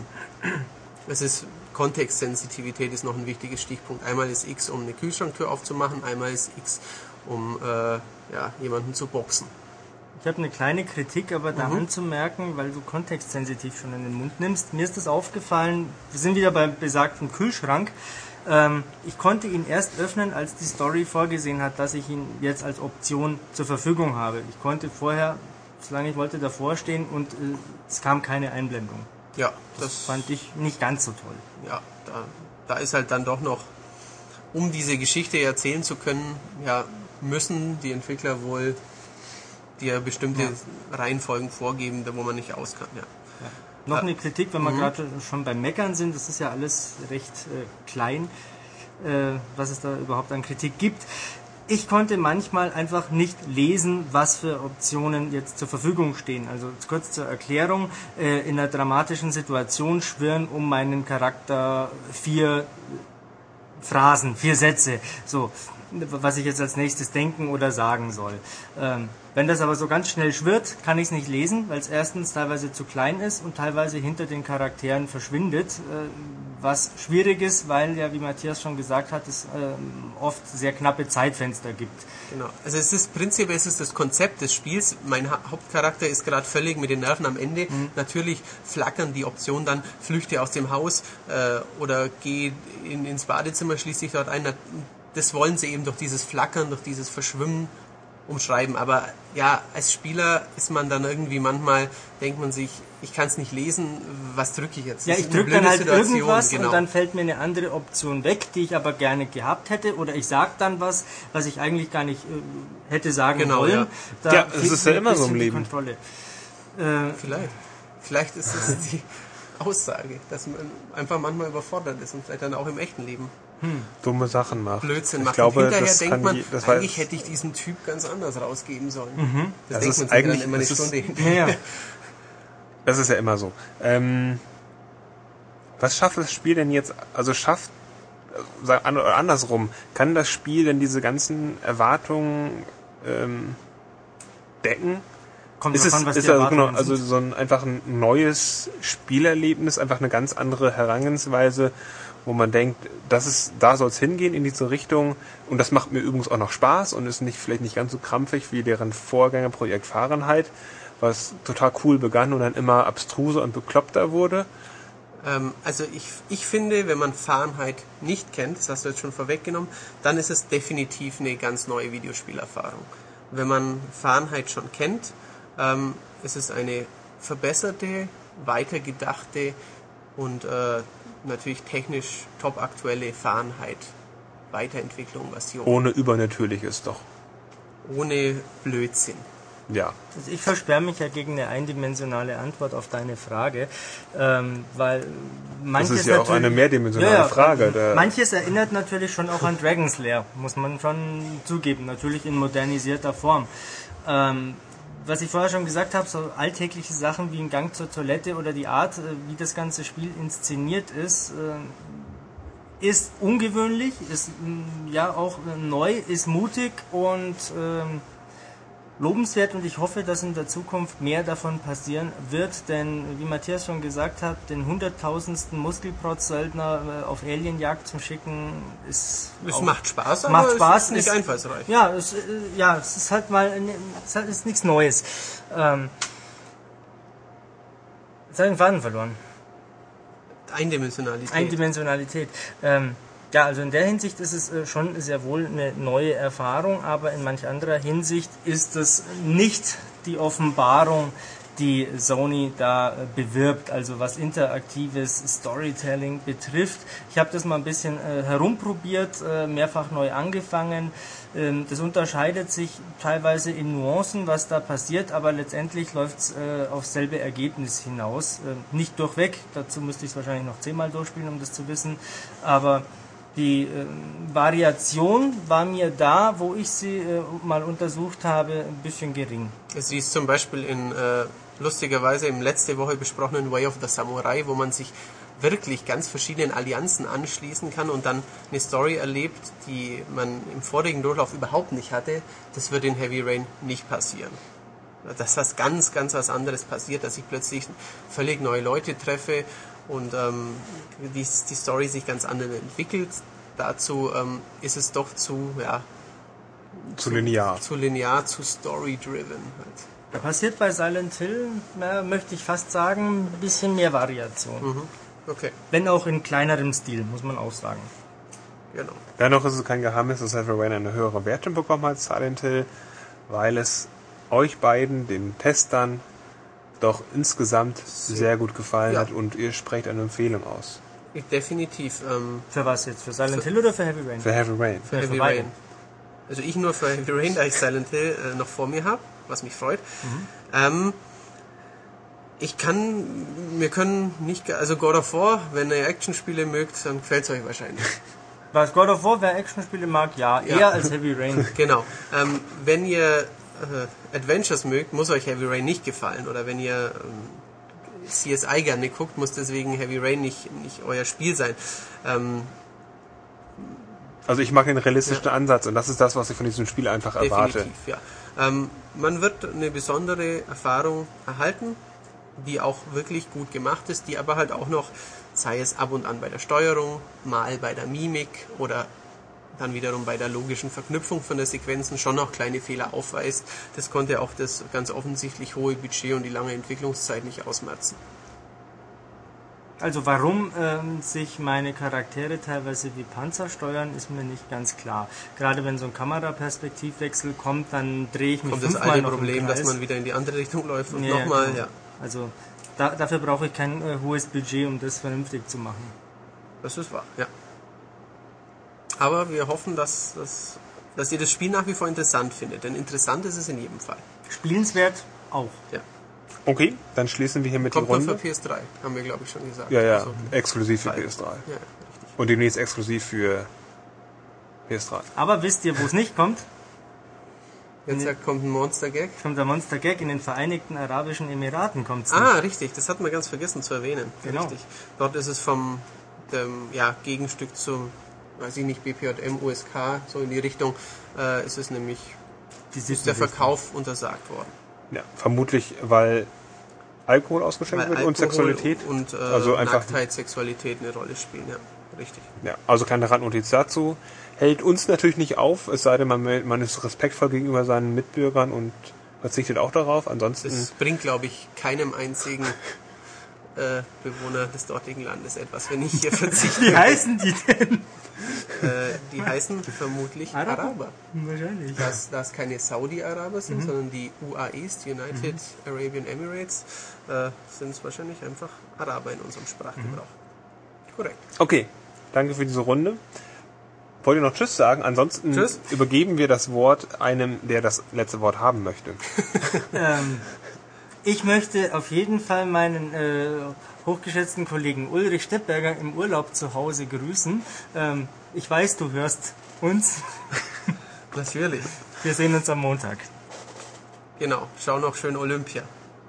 Es ist Kontextsensitivität ist noch ein wichtiges Stichpunkt. Einmal ist X, um eine Kühlschranktür aufzumachen, einmal ist X, um äh, ja, jemanden zu boxen. Ich habe eine kleine Kritik, aber da mhm. anzumerken, weil du kontextsensitiv schon in den Mund nimmst. Mir ist das aufgefallen, wir sind wieder beim besagten Kühlschrank. Ähm, ich konnte ihn erst öffnen, als die Story vorgesehen hat, dass ich ihn jetzt als Option zur Verfügung habe. Ich konnte vorher, solange ich wollte, davor stehen und äh, es kam keine Einblendung. Ja, das, das fand ich nicht ganz so toll. Ja, da, da ist halt dann doch noch, um diese Geschichte erzählen zu können, ja, müssen die Entwickler wohl dir bestimmte ja. Reihenfolgen vorgeben, wo man nicht aus kann. Ja. Ja. Noch eine Kritik, wenn wir mhm. gerade schon beim Meckern sind, das ist ja alles recht äh, klein, äh, was es da überhaupt an Kritik gibt. Ich konnte manchmal einfach nicht lesen, was für Optionen jetzt zur Verfügung stehen. Also kurz zur Erklärung, äh, in einer dramatischen Situation schwirren um meinen Charakter vier Phrasen, vier Sätze, so, was ich jetzt als nächstes denken oder sagen soll. Ähm, wenn das aber so ganz schnell schwirrt, kann ich es nicht lesen, weil es erstens teilweise zu klein ist und teilweise hinter den Charakteren verschwindet, äh, was schwierig ist, weil ja, wie Matthias schon gesagt hat, es äh, oft sehr knappe Zeitfenster gibt. Genau. Also es ist prinzipiell es ist das Konzept des Spiels. Mein ha- Hauptcharakter ist gerade völlig mit den Nerven am Ende. Mhm. Natürlich flackern die Optionen dann, flüchte aus dem Haus äh, oder geh in, ins Badezimmer, schließe dich dort ein. Das wollen sie eben durch dieses Flackern, durch dieses Verschwimmen umschreiben. Aber ja, als Spieler ist man dann irgendwie manchmal, denkt man sich, ich kann es nicht lesen, was drücke ich jetzt? Ja, ich drücke dann halt Situation. irgendwas genau. Und dann fällt mir eine andere Option weg, die ich aber gerne gehabt hätte. Oder ich sage dann was, was ich eigentlich gar nicht äh, hätte sagen genau, wollen. Ja, da ja das ist ja immer so im Leben. Kontrolle. Äh, vielleicht. Vielleicht ist es die Aussage, dass man einfach manchmal überfordert ist und vielleicht dann auch im echten Leben Hm. dumme Sachen macht. Blödsinn ich macht. Glaube, und hinterher das denkt man, die, das eigentlich hätte ich diesen Typ ganz anders rausgeben sollen. Mhm. Das, das denkt ist man sich eigentlich dann immer eine das Stunde ist, hinterher. ja. Das ist ja immer so. Ähm, was schafft das Spiel denn jetzt, also schafft, oder andersrum, kann das Spiel denn diese ganzen Erwartungen ähm, decken? Kommt ist es davon, was ist die also, genau, sind. also so ein einfach ein neues Spielerlebnis, einfach eine ganz andere Herangehensweise, wo man denkt, das ist, da soll es hingehen in diese Richtung, und das macht mir übrigens auch noch Spaß und ist nicht vielleicht nicht ganz so krampfig wie deren Vorgängerprojekt Fahrenheit, was total cool begann und dann immer abstruser und bekloppter wurde. Ähm, also ich, ich finde, wenn man Fahrenheit nicht kennt, das hast du jetzt schon vorweggenommen, dann ist es definitiv eine ganz neue Videospielerfahrung. Wenn man Fahrenheit schon kennt, ähm, ist es eine verbesserte, weitergedachte und äh, natürlich technisch top aktuelle Fahrenheit Weiterentwicklung, was hier ohne Übernatürliches doch. Ohne Blödsinn. Ja. Also ich versperre mich ja gegen eine eindimensionale Antwort auf deine Frage, ähm, weil manches das ist ja auch eine mehrdimensionale ja, Frage. Der manches erinnert natürlich schon auch an Dragon's Lair, muss man schon zugeben, natürlich in modernisierter Form. Ähm, was ich vorher schon gesagt habe, so alltägliche Sachen wie ein Gang zur Toilette oder die Art, wie das ganze Spiel inszeniert ist, ist ungewöhnlich, ist ja auch neu, ist mutig und ähm, lobenswert, und ich hoffe, dass in der Zukunft mehr davon passieren wird, denn wie Matthias schon gesagt hat, den hunderttausendsten Muskelprotz-Söldner auf Alienjagd zu schicken, ist es auch, macht Spaß, macht aber Spaß, es ist nicht ist, einfallsreich. Ja, es, ja, es ist halt mal, es ist nichts Neues. Ähm, jetzt habe ich den Faden verloren. Eindimensionalität. Eindimensionalität. Ähm, Ja, also in der Hinsicht ist es schon sehr wohl eine neue Erfahrung, aber in manch anderer Hinsicht ist es nicht die Offenbarung, die Sony da bewirbt, also was interaktives Storytelling betrifft. Ich habe das mal ein bisschen äh, herumprobiert, äh, mehrfach neu angefangen. Ähm, das unterscheidet sich teilweise in Nuancen, was da passiert, aber letztendlich läuft es äh, aufs selbe Ergebnis hinaus. Äh, nicht durchweg, dazu müsste ich es wahrscheinlich noch zehnmal durchspielen, um das zu wissen, aber die äh, Variation war mir da, wo ich sie äh, mal untersucht habe, ein bisschen gering. Sie ist zum Beispiel in äh, lustigerweise im letzte Woche besprochenen Way of the Samurai, wo man sich wirklich ganz verschiedenen Allianzen anschließen kann und dann eine Story erlebt, die man im vorigen Durchlauf überhaupt nicht hatte. Das wird in Heavy Rain nicht passieren. Dass das ganz, ganz was anderes passiert, dass ich plötzlich völlig neue Leute treffe und ähm, die, die Story sich ganz anders entwickelt. Dazu ähm, ist es doch zu, ja, zu linear. Zu linear, zu story-driven halt. Da passiert bei Silent Hill, na, möchte ich fast sagen, ein bisschen mehr Variation. Mhm. Okay. Wenn auch in kleinerem Stil, muss man auch sagen. Genau. Dennoch ist es kein Geheimnis, dass Heavy Rain eine höhere Wertung bekommen hat als Silent Hill, weil es euch beiden, den Testern, doch insgesamt sehr gut gefallen ja. hat und ihr sprecht eine Empfehlung aus. Ich definitiv. Ähm, für was jetzt? Für Silent für, Hill oder für Heavy Rain? Für Heavy Rain. Für, für Heavy Rain. Also ich nur für Heavy Rain, da ich Silent Hill äh, noch vor mir habe, was mich freut. Mhm. Ähm, ich kann, wir können nicht, also God of War, wenn ihr Actionspiele mögt, dann gefällt es euch wahrscheinlich. Was God of War, wer Actionspiele mag, ja, ja. eher als Heavy Rain. Genau. Ähm, wenn ihr äh, Adventures mögt, muss euch Heavy Rain nicht gefallen. Oder wenn ihr ähm, C S I gerne guckt, muss deswegen Heavy Rain nicht, nicht euer Spiel sein. Ähm, also ich mag den realistischen ja. Ansatz und das ist das, was ich von diesem Spiel einfach erwarte. Definitiv, ja. Ähm, man wird eine besondere Erfahrung erhalten, die auch wirklich gut gemacht ist, die aber halt auch noch, sei es ab und an bei der Steuerung, mal bei der Mimik oder dann wiederum bei der logischen Verknüpfung von der Sequenzen schon noch kleine Fehler aufweist. Das konnte auch das ganz offensichtlich hohe Budget und die lange Entwicklungszeit nicht ausmerzen. Also warum ähm, sich meine Charaktere teilweise wie Panzer steuern, ist mir nicht ganz klar. Gerade wenn so ein Kameraperspektivwechsel kommt, dann drehe ich mich kommt fünfmal das alte noch Problem, im Kreis. dass man wieder in die andere Richtung läuft und ja, nochmal, genau. ja. Also da, dafür brauche ich kein äh, hohes Budget, um das vernünftig zu machen. Das ist wahr, ja. Aber wir hoffen, dass, dass, dass ihr das Spiel nach wie vor interessant findet, denn interessant ist es in jedem Fall. Spielenswert auch. Ja. Okay, dann schließen wir hier mit Kommt die Runde. Kommt für P S drei, haben wir glaube ich schon gesagt. Ja, ja, also, exklusiv für P S drei. Ja, richtig. Und demnächst exklusiv für P S drei. Aber wisst ihr, wo es nicht kommt? Jetzt ja, kommt ein Monster-Gag. Kommt der Monster-Gag in den Vereinigten Arabischen Emiraten. Kommt's ah, richtig, das hat man ganz vergessen zu erwähnen. Genau. Richtig. Dort ist es vom dem, ja, Gegenstück zum, weiß ich nicht, B P J M, U S K, so in die Richtung, äh, ist es nämlich ist der Verkauf untersagt worden. Ja, vermutlich, weil Alkohol ausgeschenkt weil wird und Sexualität. Und äh, also einfach Nacktheit, Sexualität eine Rolle spielen, ja, richtig. Ja, also keine Randnotiz dazu. Hält uns natürlich nicht auf, es sei denn, man, man ist respektvoll gegenüber seinen Mitbürgern und verzichtet auch darauf. Ansonsten. Das bringt, glaube ich, keinem einzigen äh, Bewohner des dortigen Landes etwas, wenn ich hier verzichte. Wie heißen die denn? Äh, die heißen vermutlich Araber. Araber. Wahrscheinlich. Dass das keine Saudi-Araber sind, mhm. sondern die U A Es, die United mhm. Arabian Emirates, äh, sind es wahrscheinlich einfach Araber in unserem Sprachgebrauch. Mhm. Korrekt. Okay, danke für diese Runde. Wollt ihr noch Tschüss sagen? Ansonsten Tschüss. Übergeben wir das Wort einem, der das letzte Wort haben möchte. ähm, ich möchte auf jeden Fall meinen äh, hochgeschätzten Kollegen Ulrich Steppberger im Urlaub zu Hause grüßen. Ähm, ich weiß, du hörst uns. Natürlich. Wir sehen uns am Montag. Genau, schau noch schön Olympia.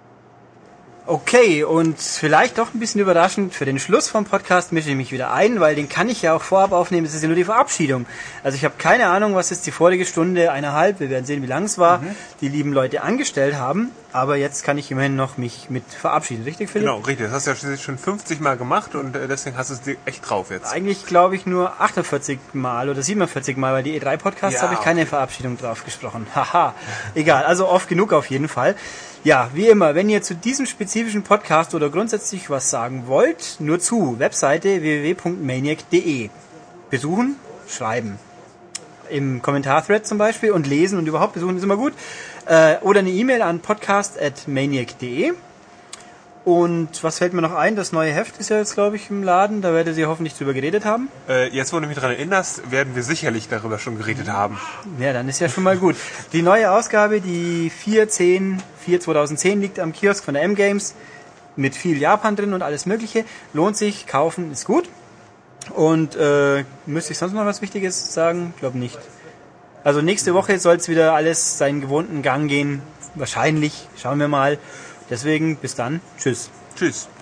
Okay, und vielleicht doch ein bisschen überraschend, für den Schluss vom Podcast mische ich mich wieder ein, weil den kann ich ja auch vorab aufnehmen, das ist ja nur die Verabschiedung. Also ich habe keine Ahnung, was jetzt die vorige Stunde, eineinhalb, wir werden sehen, wie lang es war, mhm. die lieben Leute angestellt haben, aber jetzt kann ich immerhin noch mich mit verabschieden, richtig Philipp? Genau, richtig, das hast du ja schließlich schon fünfzig Mal gemacht und deswegen hast du es dir echt drauf jetzt. Eigentlich glaube ich nur achtundvierzig Mal oder siebenundvierzig Mal, weil die E drei Podcasts ja, habe ich keine okay. Verabschiedung drauf gesprochen. Haha, egal, also oft genug auf jeden Fall. Ja, wie immer, wenn ihr zu diesem spezifischen Podcast oder grundsätzlich was sagen wollt, nur zu Webseite w w w punkt maniac punkt d e. Besuchen, schreiben. Im Kommentarthread zum Beispiel und lesen und überhaupt besuchen ist immer gut. Äh, oder eine E-Mail an podcast at maniac punkt de. Und was fällt mir noch ein? Das neue Heft ist ja jetzt, glaube ich, im Laden. Da werdet ihr hoffentlich drüber geredet haben. Äh, jetzt, wo du mich daran erinnerst, werden wir sicherlich darüber schon geredet haben. Ja, dann ist ja schon mal gut. Die neue Ausgabe, die vier zehn, vier zweitausendzehn, liegt am Kiosk von der M-Games. Mit viel Japan drin und alles Mögliche. Lohnt sich, kaufen, ist gut. Und äh, müsste ich sonst noch was Wichtiges sagen? Ich glaube nicht. Also nächste Woche soll es wieder alles seinen gewohnten Gang gehen. Wahrscheinlich. Schauen wir mal. Deswegen bis dann. Tschüss. Tschüss.